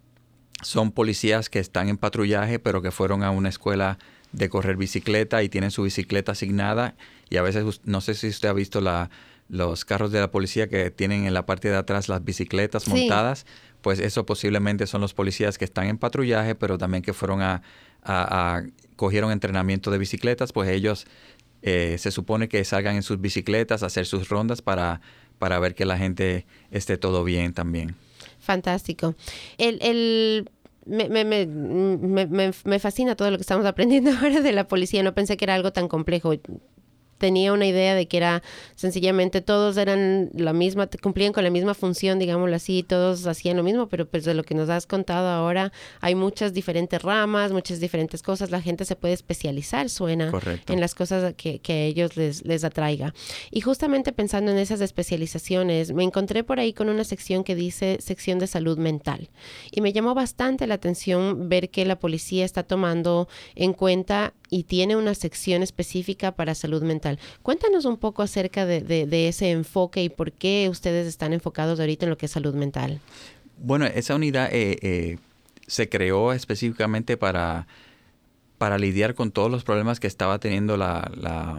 [SPEAKER 2] son policías que están en patrullaje, pero que fueron a una escuela de correr bicicleta y tienen su bicicleta asignada. Y a veces, no sé si usted ha visto la, los carros de la policía que tienen en la parte de atrás las bicicletas sí. montadas. Pues eso posiblemente son los policías que están en patrullaje, pero también que fueron a, a, a cogieron entrenamiento de bicicletas, pues ellos eh, se supone que salgan en sus bicicletas a hacer sus rondas para, para ver que la gente esté todo bien también.
[SPEAKER 1] Fantástico. El, el me, me, me, me, me fascina todo lo que estamos aprendiendo ahora de la policía. No pensé que era algo tan complejo. Tenía una idea de que era sencillamente todos eran la misma, cumplían con la misma función, digámoslo así, todos hacían lo mismo, pero pues de lo que nos has contado ahora hay muchas diferentes ramas, muchas diferentes cosas, la gente se puede especializar, suena, Correcto. En las cosas que, que a ellos les, les atraiga. Y justamente pensando en esas especializaciones, me encontré por ahí con una sección que dice sección de salud mental y me llamó bastante la atención ver que la policía está tomando en cuenta y tiene una sección específica para salud mental. Cuéntanos un poco acerca de, de, de ese enfoque y por qué ustedes están enfocados ahorita en lo que es salud mental.
[SPEAKER 2] Bueno, esa unidad eh, eh, se creó específicamente para, para lidiar con todos los problemas que estaba teniendo la, la,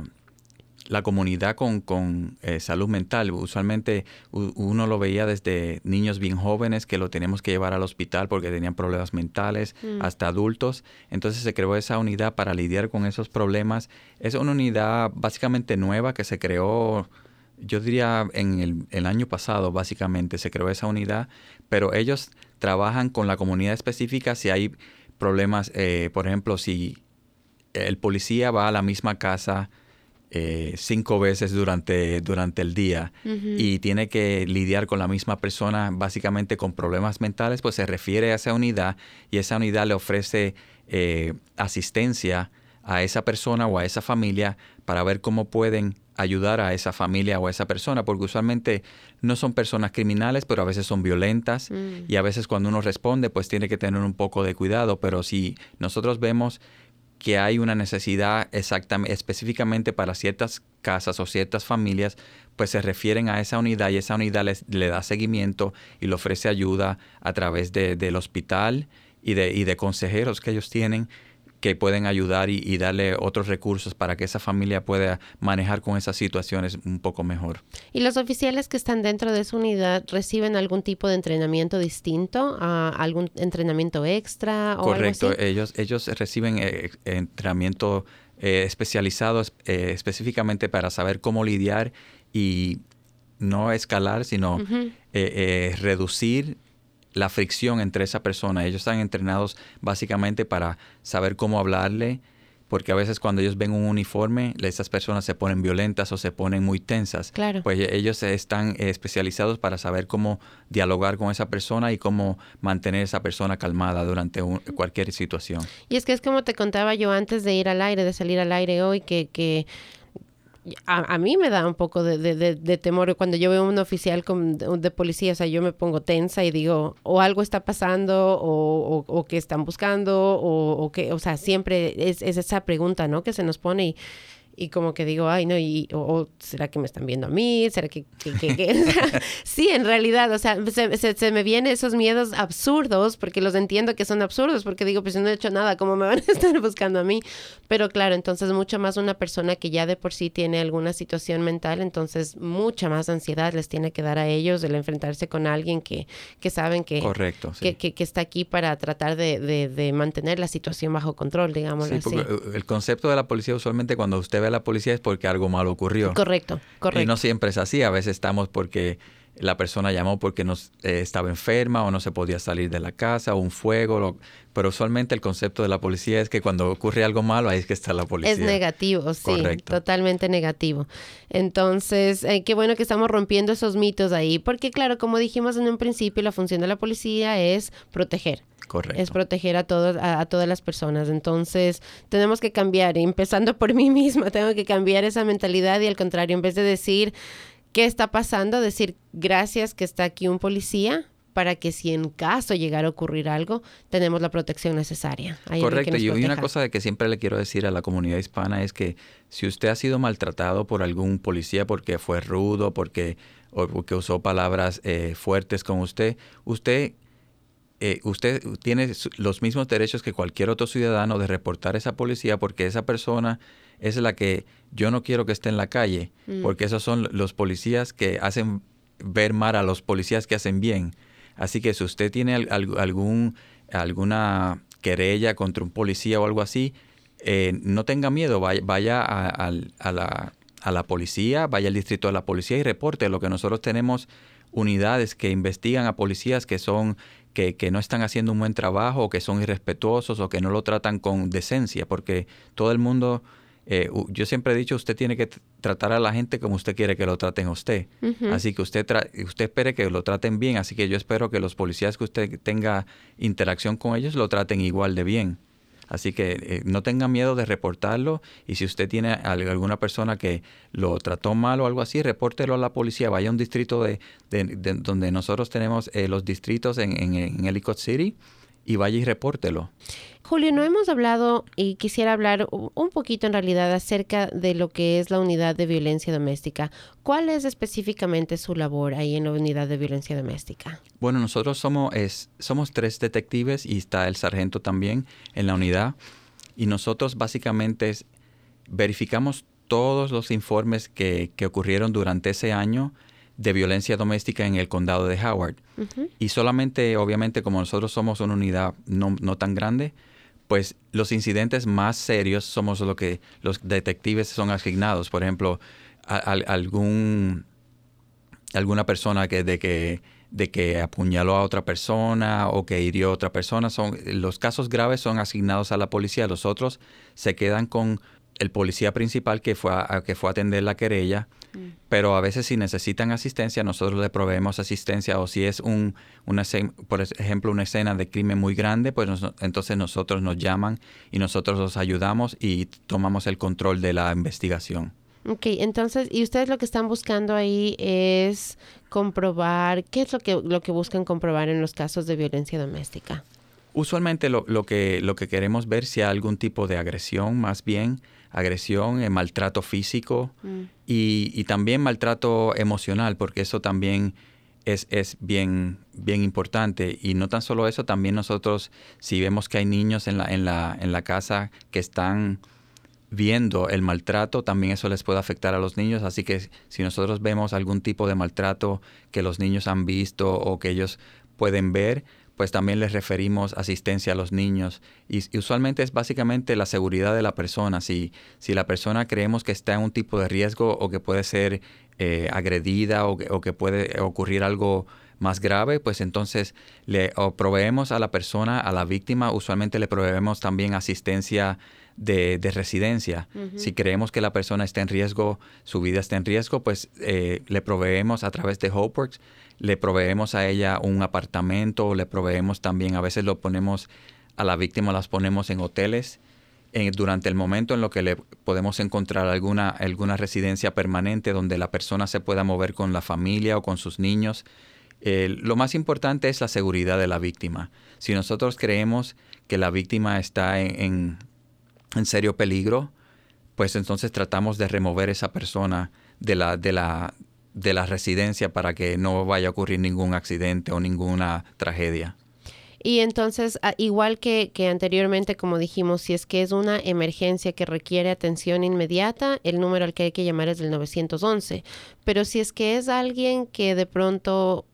[SPEAKER 2] la comunidad con, con eh, salud mental. Usualmente u, uno lo veía desde niños bien jóvenes que lo teníamos que llevar al hospital porque tenían problemas mentales, mm. hasta adultos. Entonces se creó esa unidad para lidiar con esos problemas. Es una unidad básicamente nueva que se creó, yo diría, en el, el año pasado básicamente se creó esa unidad, pero ellos trabajan con la comunidad específica si hay problemas, eh, por ejemplo, si el policía va a la misma casa Eh, cinco veces durante, durante el día uh-huh. y tiene que lidiar con la misma persona básicamente con problemas mentales, pues se refiere a esa unidad y esa unidad le ofrece eh, asistencia a esa persona o a esa familia para ver cómo pueden ayudar a esa familia o a esa persona, porque usualmente no son personas criminales, pero a veces son violentas mm. y a veces cuando uno responde pues tiene que tener un poco de cuidado, pero si nosotros vemos que hay una necesidad exactamente, específicamente para ciertas casas o ciertas familias, pues se refieren a esa unidad y esa unidad les, le da seguimiento y le ofrece ayuda a través de, del hospital y de, y de consejeros que ellos tienen que pueden ayudar y, y darle otros recursos para que esa familia pueda manejar con esas situaciones un poco mejor.
[SPEAKER 1] ¿Y los oficiales que están dentro de esa unidad reciben algún tipo de entrenamiento distinto, a algún entrenamiento extra o
[SPEAKER 2] Correcto,
[SPEAKER 1] algo así?
[SPEAKER 2] ellos ellos reciben eh, entrenamiento eh, especializado eh, específicamente para saber cómo lidiar y no escalar, sino uh-huh. eh, eh, reducir la fricción entre esa persona. Ellos están entrenados básicamente para saber cómo hablarle, porque a veces cuando ellos ven un uniforme, esas personas se ponen violentas o se ponen muy tensas.
[SPEAKER 1] Claro.
[SPEAKER 2] Pues ellos están especializados para saber cómo dialogar con esa persona y cómo mantener a esa persona calmada durante un, cualquier situación.
[SPEAKER 1] Y es que es como te contaba yo antes de ir al aire, de salir al aire hoy, que... que A, a mí me da un poco de, de, de, de temor cuando yo veo a un oficial con, de, de policía, o sea, yo me pongo tensa y digo, o algo está pasando, o, o, o que están buscando, o, o que, o sea, siempre es, es esa pregunta, ¿no?, que se nos pone y, y como que digo, ay, no, y, o, o ¿será que me están viendo a mí? ¿Será que...? que, que, que? O sea, sí, en realidad, o sea, se, se, se me vienen esos miedos absurdos, porque los entiendo que son absurdos, porque digo, pues no he hecho nada, ¿cómo me van a estar buscando a mí? Pero claro, entonces mucho más una persona que ya de por sí tiene alguna situación mental, entonces mucha más ansiedad les tiene que dar a ellos el enfrentarse con alguien que, que saben que,
[SPEAKER 2] Correcto, sí.
[SPEAKER 1] que, que, que está aquí para tratar de, de, de mantener la situación bajo control, digamos
[SPEAKER 2] sí,
[SPEAKER 1] así.
[SPEAKER 2] Porque el concepto de la policía usualmente cuando usted ve a la policía es porque algo malo ocurrió.
[SPEAKER 1] Correcto, correcto.
[SPEAKER 2] Y no siempre es así. A veces estamos porque la persona llamó porque no, eh, estaba enferma o no se podía salir de la casa o un fuego. Lo, pero usualmente el concepto de la policía es que cuando ocurre algo malo, ahí es que está la policía.
[SPEAKER 1] Es negativo, sí.
[SPEAKER 2] Correcto.
[SPEAKER 1] Totalmente negativo. Entonces, eh, qué bueno que estamos rompiendo esos mitos ahí. Porque claro, como dijimos en un principio, la función de la policía es proteger.
[SPEAKER 2] Correcto.
[SPEAKER 1] Es proteger a todos, a, a todas las personas. Entonces, tenemos que cambiar, empezando por mí misma, tengo que cambiar esa mentalidad y al contrario, en vez de decir qué está pasando, decir gracias que está aquí un policía para que si en caso llegara a ocurrir algo, tenemos la protección necesaria. Hay
[SPEAKER 2] Correcto. Y una cosa que siempre le quiero decir a la comunidad hispana es que si usted ha sido maltratado por algún policía porque fue rudo, porque, o porque usó palabras eh, fuertes con usted, usted... Eh, usted tiene los mismos derechos que cualquier otro ciudadano de reportar a esa policía porque esa persona es la que yo no quiero que esté en la calle, mm. porque esos son los policías que hacen ver mal a los policías que hacen bien. Así que si usted tiene al, algún, alguna querella contra un policía o algo así, eh, no tenga miedo, vaya, vaya a, a, a, la, a la policía, vaya al distrito de la policía y reporte. Lo que nosotros tenemos unidades que investigan a policías que son que, que no están haciendo un buen trabajo o que son irrespetuosos o que no lo tratan con decencia, porque todo el mundo, eh, yo siempre he dicho, usted tiene que tratar a la gente como usted quiere que lo traten a usted. Uh-huh. Así que usted, tra- usted espere que lo traten bien, así que yo espero que los policías que usted tenga interacción con ellos lo traten igual de bien. Así que eh, no tenga miedo de reportarlo y si usted tiene a alguna persona que lo trató mal o algo así, repórtelo a la policía. Vaya a un distrito de, de, de donde nosotros tenemos eh, los distritos en, en, en Ellicott City y vaya y repórtelo.
[SPEAKER 1] Julio, no hemos hablado y quisiera hablar un poquito en realidad acerca de lo que es la unidad de violencia doméstica. ¿Cuál es específicamente su labor ahí en la unidad de violencia doméstica?
[SPEAKER 2] Bueno, nosotros somos, es, somos tres detectives y está el sargento también en la unidad. Y nosotros básicamente es, verificamos todos los informes que, que ocurrieron durante ese año de violencia doméstica en el condado de Howard. Uh-huh. Y solamente, obviamente, como nosotros somos una unidad no, no tan grande, pues los incidentes más serios somos lo que los detectives son asignados. Por ejemplo, a, a, algún alguna persona que de que de que apuñaló a otra persona o que hirió a otra persona, son los casos graves son asignados a la policía. Los otros se quedan con el policía principal que fue a, que fue a atender la querella. Mm. Pero a veces si necesitan asistencia, nosotros le proveemos asistencia, o si es un una por ejemplo una escena de crimen muy grande, pues nos, entonces nosotros nos llaman y nosotros los ayudamos y tomamos el control de la investigación.
[SPEAKER 1] Ok, entonces, y ustedes lo que están buscando ahí es comprobar, ¿qué es lo que lo que buscan comprobar en los casos de violencia doméstica?
[SPEAKER 2] Usualmente lo, lo que lo que queremos ver si hay algún tipo de agresión, más bien agresión, eh, maltrato físico mm. y, y también maltrato emocional, porque eso también es, es bien, bien importante. Y no tan solo eso, también nosotros, si vemos que hay niños en la, en la, en la casa que están viendo el maltrato, también eso les puede afectar a los niños. Así que si nosotros vemos algún tipo de maltrato que los niños han visto o que ellos pueden ver, pues también les referimos asistencia a los niños. Y, y usualmente es básicamente la seguridad de la persona. Si, si la persona creemos que está en un tipo de riesgo o que puede ser eh, agredida o que, o que puede ocurrir algo más grave, pues entonces le o proveemos a la persona, a la víctima, usualmente le proveemos también asistencia de, de residencia. Uh-huh. Si creemos que la persona está en riesgo, su vida está en riesgo, pues eh, le proveemos a través de HopeWorks, le proveemos a ella un apartamento, le proveemos también, a veces lo ponemos a la víctima, las ponemos en hoteles en, durante el momento en lo que le podemos encontrar alguna, alguna residencia permanente donde la persona se pueda mover con la familia o con sus niños. Eh, lo más importante es la seguridad de la víctima. Si nosotros creemos que la víctima está en, en, en serio peligro, pues entonces tratamos de remover esa persona de la, de la, de la residencia para que no vaya a ocurrir ningún accidente o ninguna tragedia.
[SPEAKER 1] Y entonces, igual que, que anteriormente, como dijimos, si es que es una emergencia que requiere atención inmediata, el número al que hay que llamar es el nueve once. Pero si es que es alguien que de pronto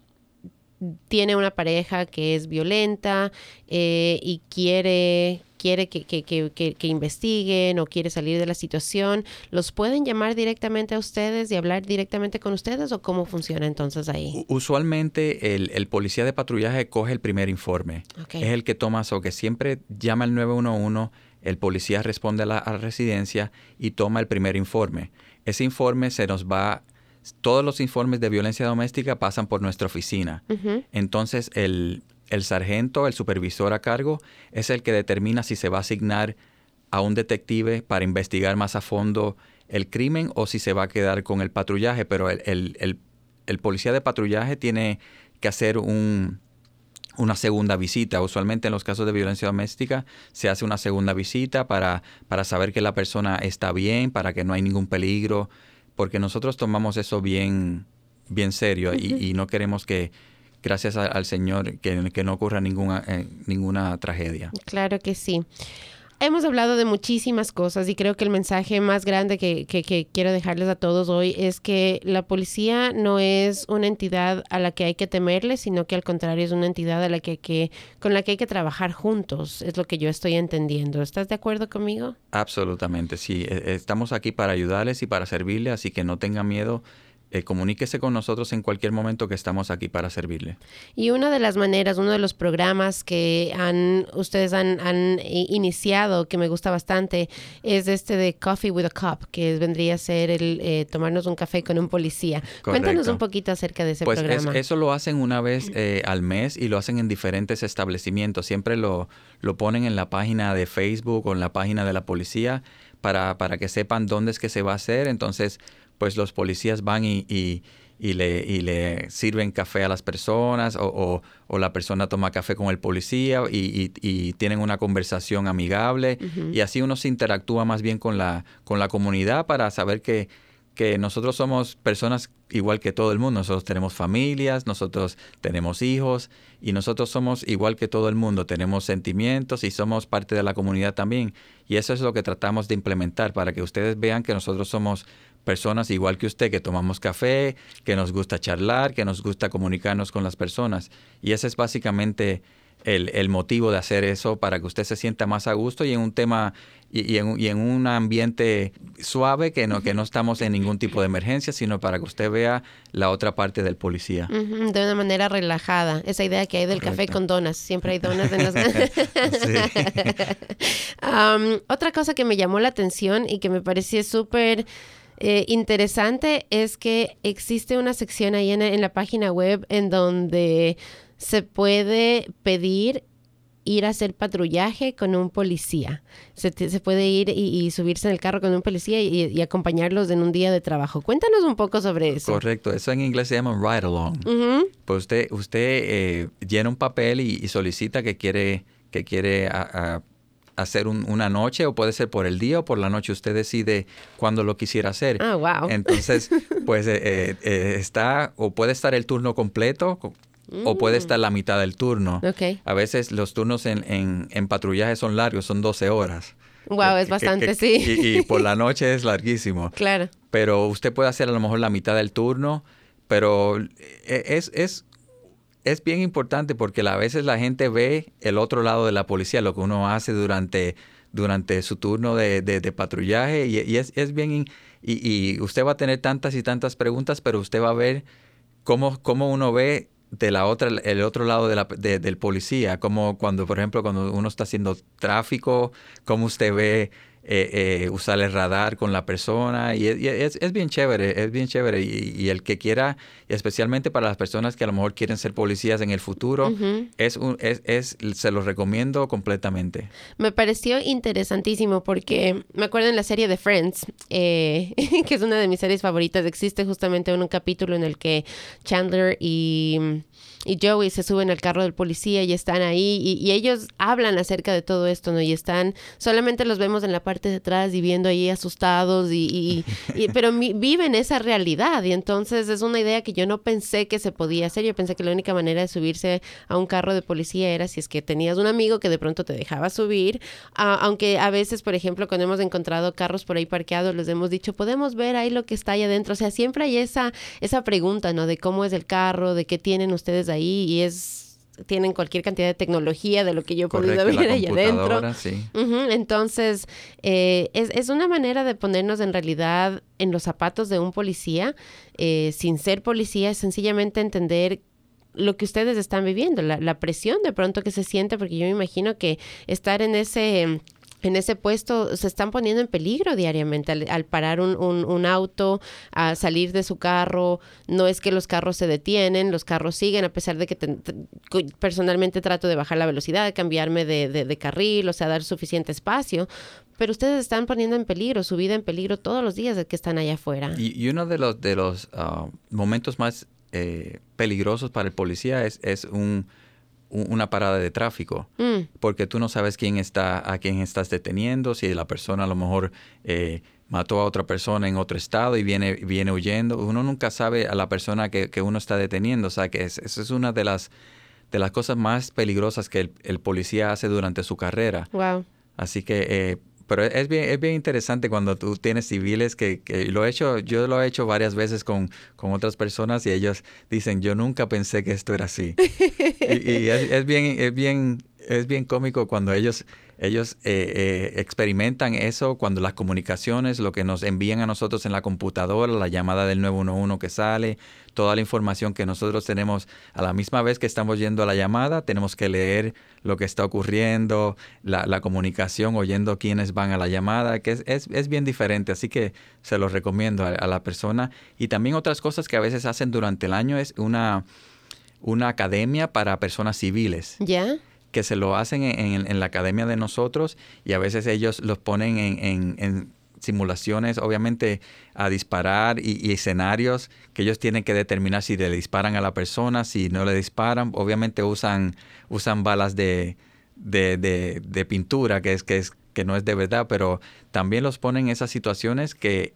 [SPEAKER 1] tiene una pareja que es violenta eh, y quiere, quiere que, que, que, que, que investiguen o quiere salir de la situación, ¿los pueden llamar directamente a ustedes y hablar directamente con ustedes o cómo funciona entonces ahí?
[SPEAKER 2] Usualmente el, el policía de patrullaje coge el primer informe. Okay. Es el que toma, o que siempre llama al nueve uno uno, el policía responde a la, a la residencia y toma el primer informe. Ese informe se nos va... Todos los informes de violencia doméstica pasan por nuestra oficina. Uh-huh. Entonces, el, el sargento, el supervisor a cargo, es el que determina si se va a asignar a un detective para investigar más a fondo el crimen o si se va a quedar con el patrullaje. Pero el, el, el, el policía de patrullaje tiene que hacer un, una segunda visita. Usualmente en los casos de violencia doméstica se hace una segunda visita para, para saber que la persona está bien, para que no hay ningún peligro. Porque nosotros tomamos eso bien, bien serio. Uh-huh. y, y no queremos que, gracias a, al Señor, que, que no ocurra ninguna, eh, ninguna tragedia.
[SPEAKER 1] Claro que sí. Hemos hablado de muchísimas cosas y creo que el mensaje más grande que, que, que quiero dejarles a todos hoy es que la policía no es una entidad a la que hay que temerle, sino que al contrario es una entidad a la que, que con la que hay que trabajar juntos, es lo que yo estoy entendiendo. ¿Estás de acuerdo conmigo?
[SPEAKER 2] Absolutamente, sí. Estamos aquí para ayudarles y para servirles, así que no tengan miedo. Eh, comuníquese con nosotros en cualquier momento que estamos aquí para servirle.
[SPEAKER 1] Y una de las maneras, uno de los programas que han ustedes han, han iniciado, que me gusta bastante, es este de Coffee with a Cop, que vendría a ser el eh, tomarnos un café con un policía. Correcto. Cuéntanos un poquito acerca de ese
[SPEAKER 2] pues
[SPEAKER 1] programa.
[SPEAKER 2] Es, eso lo hacen una vez eh, al mes y lo hacen en diferentes establecimientos. Siempre lo, lo ponen en la página de Facebook o en la página de la policía para, para que sepan dónde es que se va a hacer. Entonces, pues los policías van y, y, y, le, y le sirven café a las personas o, o, o la persona toma café con el policía y, y, y tienen una conversación amigable. Uh-huh. Y así uno se interactúa más bien con la, con la comunidad para saber que, que nosotros somos personas igual que todo el mundo. Nosotros tenemos familias, nosotros tenemos hijos y nosotros somos igual que todo el mundo. Tenemos sentimientos y somos parte de la comunidad también. Y eso es lo que tratamos de implementar para que ustedes vean que nosotros somos personas igual que usted, que tomamos café, que nos gusta charlar, que nos gusta comunicarnos con las personas. Y ese es básicamente el, el motivo de hacer eso, para que usted se sienta más a gusto y en un tema y, y, en, y en un ambiente suave, que no, que no estamos en ningún tipo de emergencia, sino para que usted vea la otra parte del policía.
[SPEAKER 1] Uh-huh, de una manera relajada. Esa idea que hay del Correcto. Café con donas. Siempre hay donas en las... um, otra cosa que me llamó la atención y que me pareció súper... Eh, interesante es que existe una sección ahí en, en la página web en donde se puede pedir ir a hacer patrullaje con un policía. Se, se puede ir y, y subirse en el carro con un policía y, y acompañarlos en un día de trabajo. Cuéntanos un poco sobre eso.
[SPEAKER 2] Correcto. Eso en inglés se llama ride along. Uh-huh. Pues usted, usted eh, llena un papel y, y solicita que quiere, que quiere a, a, hacer un, una noche, o puede ser por el día o por la noche. Usted decide cuándo lo quisiera hacer.
[SPEAKER 1] Ah, wow.
[SPEAKER 2] Entonces, pues eh, eh, está, o puede estar el turno completo, mm. o puede estar la mitad del turno.
[SPEAKER 1] Okay.
[SPEAKER 2] A veces los turnos en, en, en patrullaje son largos, son doce horas.
[SPEAKER 1] Wow, es bastante, que, que,
[SPEAKER 2] sí. Y, y por la noche es larguísimo.
[SPEAKER 1] Claro.
[SPEAKER 2] Pero usted puede hacer a lo mejor la mitad del turno, pero es... es Es bien importante porque a veces la gente ve el otro lado de la policía, lo que uno hace durante, durante su turno de, de, de patrullaje, y, y es, es bien... Y, y usted va a tener tantas y tantas preguntas, pero usted va a ver cómo, cómo uno ve de la otra, el otro lado de la, de, del policía, como cuando, por ejemplo, cuando uno está haciendo tráfico, cómo usted ve... Eh, eh, usar el radar con la persona, y, y es, es bien chévere, es bien chévere y, y el que quiera, especialmente para las personas que a lo mejor quieren ser policías en el futuro, uh-huh. es, un, es, es se los recomiendo completamente.
[SPEAKER 1] Me pareció interesantísimo porque me acuerdo en la serie de Friends, eh, que es una de mis series favoritas. Existe justamente un, un capítulo en el que Chandler y... y Joey se suben al carro del policía y están ahí y, y ellos hablan acerca de todo esto, ¿no? Y están, solamente los vemos en la parte parte de atrás y viendo ahí asustados, y, y, y pero mi, viven esa realidad, y entonces es una idea que yo no pensé que se podía hacer. Yo pensé que la única manera de subirse a un carro de policía era si es que tenías un amigo que de pronto te dejaba subir, uh, aunque a veces, por ejemplo, cuando hemos encontrado carros por ahí parqueados, les hemos dicho, podemos ver ahí lo que está ahí adentro. O sea, siempre hay esa, esa pregunta, ¿no? De cómo es el carro, de qué tienen ustedes ahí, y es... tienen cualquier cantidad de tecnología de lo que yo he
[SPEAKER 2] Correcto,
[SPEAKER 1] podido ver ahí adentro.
[SPEAKER 2] Sí.
[SPEAKER 1] Uh-huh. Entonces, eh, es, es una manera de ponernos en realidad en los zapatos de un policía, eh, sin ser policía, es sencillamente entender lo que ustedes están viviendo, la, la presión de pronto que se siente, porque yo me imagino que estar en ese... en ese puesto se están poniendo en peligro diariamente al, al parar un, un, un auto, a salir de su carro. No es que los carros se detienen, los carros siguen, a pesar de que te, te, personalmente trato de bajar la velocidad, de cambiarme de, de, de carril, o sea, dar suficiente espacio. Pero ustedes están poniendo en peligro, su vida en peligro todos los días de que están allá afuera.
[SPEAKER 2] Y, y uno de los, de los uh, momentos más eh, peligrosos para el policía es, es un... una parada de tráfico, mm. porque tú no sabes quién está, a quién estás deteniendo, si la persona a lo mejor eh, mató a otra persona en otro estado y viene, viene huyendo. Uno nunca sabe a la persona que, que uno está deteniendo. O sea, que es, eso es una de las, de las cosas más peligrosas que el, el policía hace durante su carrera.
[SPEAKER 1] Wow.
[SPEAKER 2] Así que... Eh, Pero es bien, es bien interesante cuando tú tienes civiles que, que lo he hecho, yo lo he hecho varias veces con, con otras personas y ellos dicen, yo nunca pensé que esto era así. y y es, es bien, es bien, es bien cómico cuando ellos, ellos eh, eh, experimentan eso, cuando las comunicaciones, lo que nos envían a nosotros en la computadora, la llamada del nueve uno uno que sale, toda la información que nosotros tenemos a la misma vez que estamos yendo a la llamada, tenemos que leer lo que está ocurriendo, la, la comunicación, oyendo quiénes van a la llamada, que es, es, es bien diferente. Así que se los recomiendo a, a la persona. Y también otras cosas que a veces hacen durante el año es una, una academia para personas civiles.
[SPEAKER 1] ¿Ya? Yeah.
[SPEAKER 2] Que se lo hacen en, en, en la academia de nosotros y a veces ellos los ponen en, en, en simulaciones, obviamente a disparar y, y escenarios que ellos tienen que determinar si le disparan a la persona, si no le disparan. Obviamente usan, usan balas de, de, de, de pintura, que, es, que, es, que no es de verdad, pero también los ponen en esas situaciones que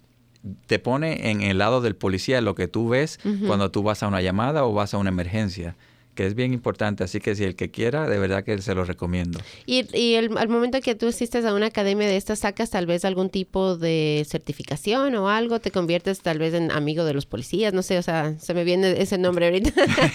[SPEAKER 2] te pone en el lado del policía lo que tú ves uh-huh. cuando tú vas a una llamada o vas a una emergencia, que es bien importante. Así que si el que quiera, de verdad que se lo recomiendo.
[SPEAKER 1] Y, y el, al momento que tú asistes a una academia de estas, ¿sacas tal vez algún tipo de certificación o algo? ¿Te conviertes tal vez en amigo de los policías? No sé, o sea, se me viene ese nombre ahorita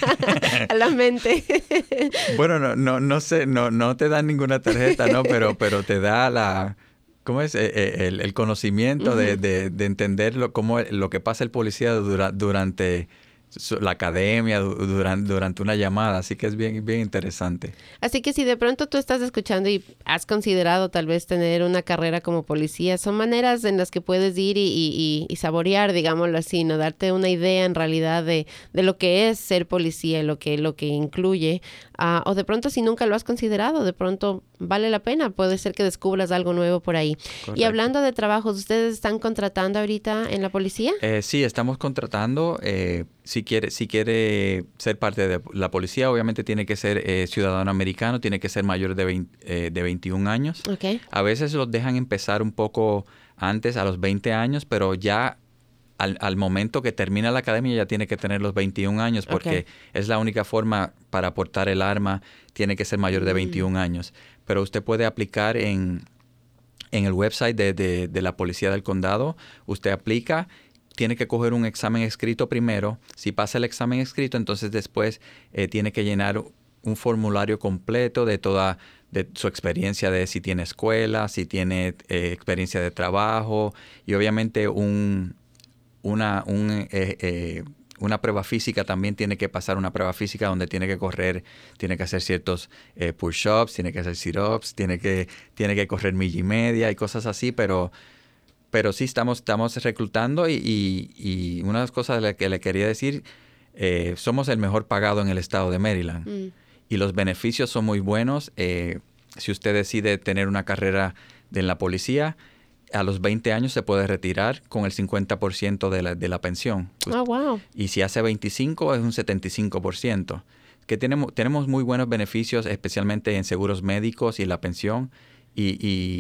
[SPEAKER 1] a la mente.
[SPEAKER 2] Bueno, no, no, no sé, no, no te dan ninguna tarjeta, ¿no? Pero, pero te da la... ¿Cómo es? Eh, el, el conocimiento uh-huh. de, de, de entender lo, cómo, lo que pasa el policía dura, durante... la academia durante, durante una llamada, así que es bien, bien interesante.
[SPEAKER 1] Así que si de pronto tú estás escuchando y has considerado tal vez tener una carrera como policía, son maneras en las que puedes ir y, y, y saborear, digámoslo así, ¿no? Darte una idea en realidad de, de lo que es ser policía, lo que, lo que incluye. Uh, o de pronto si nunca lo has considerado, de pronto vale la pena, puede ser que descubras algo nuevo por ahí. Correcto. Y hablando de trabajos, ¿ustedes están contratando ahorita en la policía?
[SPEAKER 2] Eh, sí, estamos contratando. Eh, si quiere, si quiere ser parte de la policía, obviamente tiene que ser eh, ciudadano americano, tiene que ser mayor de, veinte, eh, de veintiún años.
[SPEAKER 1] Okay.
[SPEAKER 2] A veces los dejan empezar un poco antes, a los veinte años, pero ya al, al momento que termina la academia ya tiene que tener los veintiún años, porque okay. es la única forma para portar el arma, tiene que ser mayor de veintiún mm. años. Pero usted puede aplicar en, en el website de, de, de la Policía del Condado, usted aplica, tiene que coger un examen escrito primero. Si pasa el examen escrito, entonces después eh, tiene que llenar un formulario completo de toda de su experiencia, de si tiene escuela, si tiene eh, experiencia de trabajo y obviamente un, una, un, eh, eh, una prueba física. También tiene que pasar una prueba física donde tiene que correr, tiene que hacer ciertos eh, push-ups, tiene que hacer sit-ups, tiene que, tiene que correr milla y media y cosas así, pero... Pero sí estamos, estamos reclutando y, y, y una de las cosas que le quería decir, eh, somos el mejor pagado en el estado de Maryland. Mm. Y los beneficios son muy buenos. Eh, si usted decide tener una carrera de, en la policía, a los veinte años se puede retirar con el cincuenta por ciento de la, de la pensión.
[SPEAKER 1] Oh, wow.
[SPEAKER 2] Y si hace veinticinco es un setenta y cinco por ciento. Que tenemos, tenemos muy buenos beneficios, especialmente en seguros médicos y la pensión. Y... y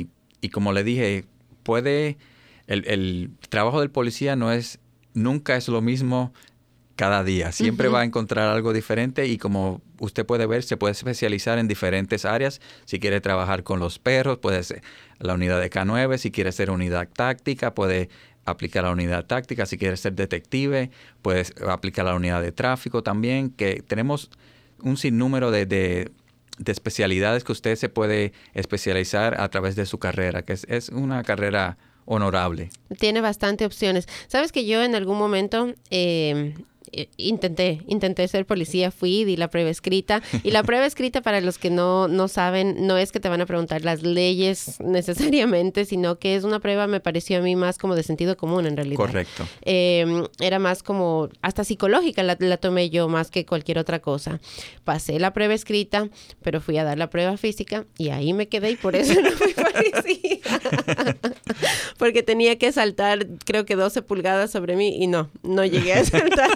[SPEAKER 2] y como le dije, puede, el, el trabajo del policía no es, nunca es lo mismo cada día. Siempre uh-huh. va a encontrar algo diferente y como usted puede ver, se puede especializar en diferentes áreas. Si quiere trabajar con los perros, puede ser la unidad de K nueve. Si quiere ser unidad táctica, puede aplicar la unidad táctica. Si quiere ser detective, puede aplicar la unidad de tráfico también. Que tenemos un sinnúmero de, de, de especialidades que usted se puede especializar a través de su carrera, que es, es una carrera honorable.
[SPEAKER 1] Tiene bastante opciones. Sabes que yo en algún momento eh, intenté, intenté ser policía, fui, di la prueba escrita. Y la prueba escrita, para los que no, no saben, no es que te van a preguntar las leyes necesariamente, sino que es una prueba, me pareció a mí más como de sentido común en realidad.
[SPEAKER 2] Correcto.
[SPEAKER 1] Eh, era más como, hasta psicológica la, la tomé yo más que cualquier otra cosa. Pasé la prueba escrita, pero fui a dar la prueba física y ahí me quedé y por eso no fui policía. Porque tenía que saltar, creo que doce pulgadas sobre mí y no, no llegué a saltar.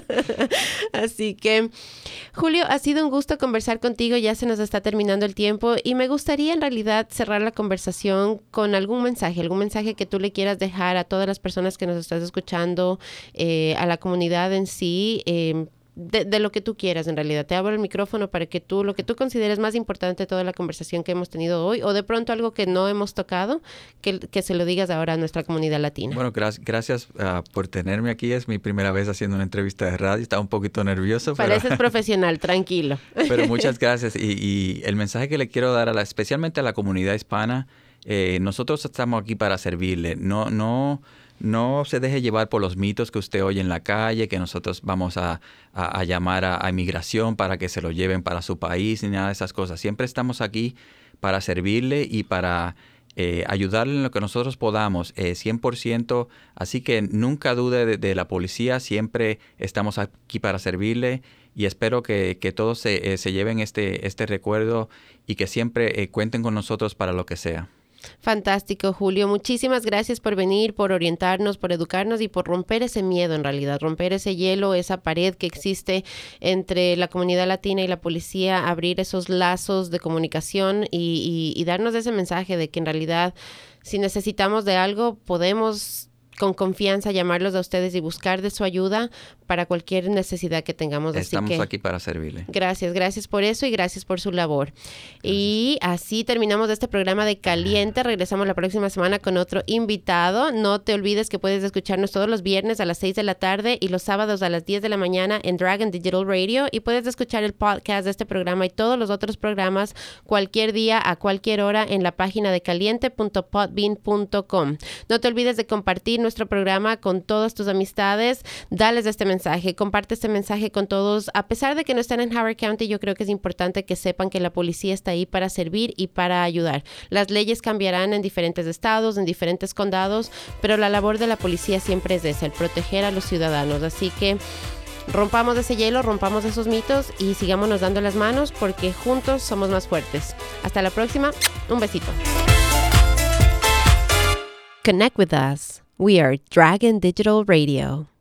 [SPEAKER 1] Así que, Julio, ha sido un gusto conversar contigo. Ya se nos está terminando el tiempo y me gustaría en realidad cerrar la conversación con algún mensaje, algún mensaje que tú le quieras dejar a todas las personas que nos estás escuchando, eh, a la comunidad en sí, eh, De, de lo que tú quieras en realidad. Te abro el micrófono para que tú, lo que tú consideres más importante de toda la conversación que hemos tenido hoy, o de pronto algo que no hemos tocado, que, que se lo digas ahora a nuestra comunidad latina.
[SPEAKER 2] Bueno, gra- gracias uh, por tenerme aquí. Es mi primera vez haciendo una entrevista de radio. Estaba un poquito nervioso.
[SPEAKER 1] Pareces
[SPEAKER 2] pero...
[SPEAKER 1] profesional, tranquilo.
[SPEAKER 2] Pero muchas gracias. Y, y el mensaje que le quiero dar, a la, especialmente a la comunidad hispana, eh, nosotros estamos aquí para servirle. No, no... No se deje llevar por los mitos que usted oye en la calle, que nosotros vamos a, a, a llamar a, a inmigración para que se lo lleven para su país, ni nada de esas cosas. Siempre estamos aquí para servirle y para eh, ayudarle en lo que nosotros podamos, eh, cien por ciento. Así que nunca dude de, de la policía, siempre estamos aquí para servirle y espero que, que todos se, eh, se lleven este, este recuerdo y que siempre eh, cuenten con nosotros para lo que sea.
[SPEAKER 1] Fantástico, Julio. Muchísimas gracias por venir, por orientarnos, por educarnos y por romper ese miedo en realidad, romper ese hielo, esa pared que existe entre la comunidad latina y la policía, abrir esos lazos de comunicación y, y, y darnos ese mensaje de que en realidad si necesitamos de algo podemos con confianza llamarlos a ustedes y buscar de su ayuda para cualquier necesidad que tengamos.
[SPEAKER 2] Estamos
[SPEAKER 1] así que,
[SPEAKER 2] aquí para servirle.
[SPEAKER 1] Gracias, gracias por eso y gracias por su labor. Gracias. Y así terminamos este programa de Caliente. Regresamos la próxima semana con otro invitado. No te olvides que puedes escucharnos todos los viernes a las seis de la tarde y los sábados a las diez de la mañana en Dragon Digital Radio, y puedes escuchar el podcast de este programa y todos los otros programas cualquier día, a cualquier hora, en la página de caliente punto podbean punto com. No te olvides de compartir nuestro programa con todas tus amistades. Dales este mensaje, comparte este mensaje con todos. A pesar de que no estén en Howard County, yo creo que es importante que sepan que la policía está ahí para servir y para ayudar. Las leyes cambiarán en diferentes estados, en diferentes condados, pero la labor de la policía siempre es esa, el proteger a los ciudadanos. Así que rompamos ese hielo, rompamos esos mitos y sigámonos dando las manos porque juntos somos más fuertes. Hasta la próxima. Un besito. Connect with us. We are Dragon Digital Radio.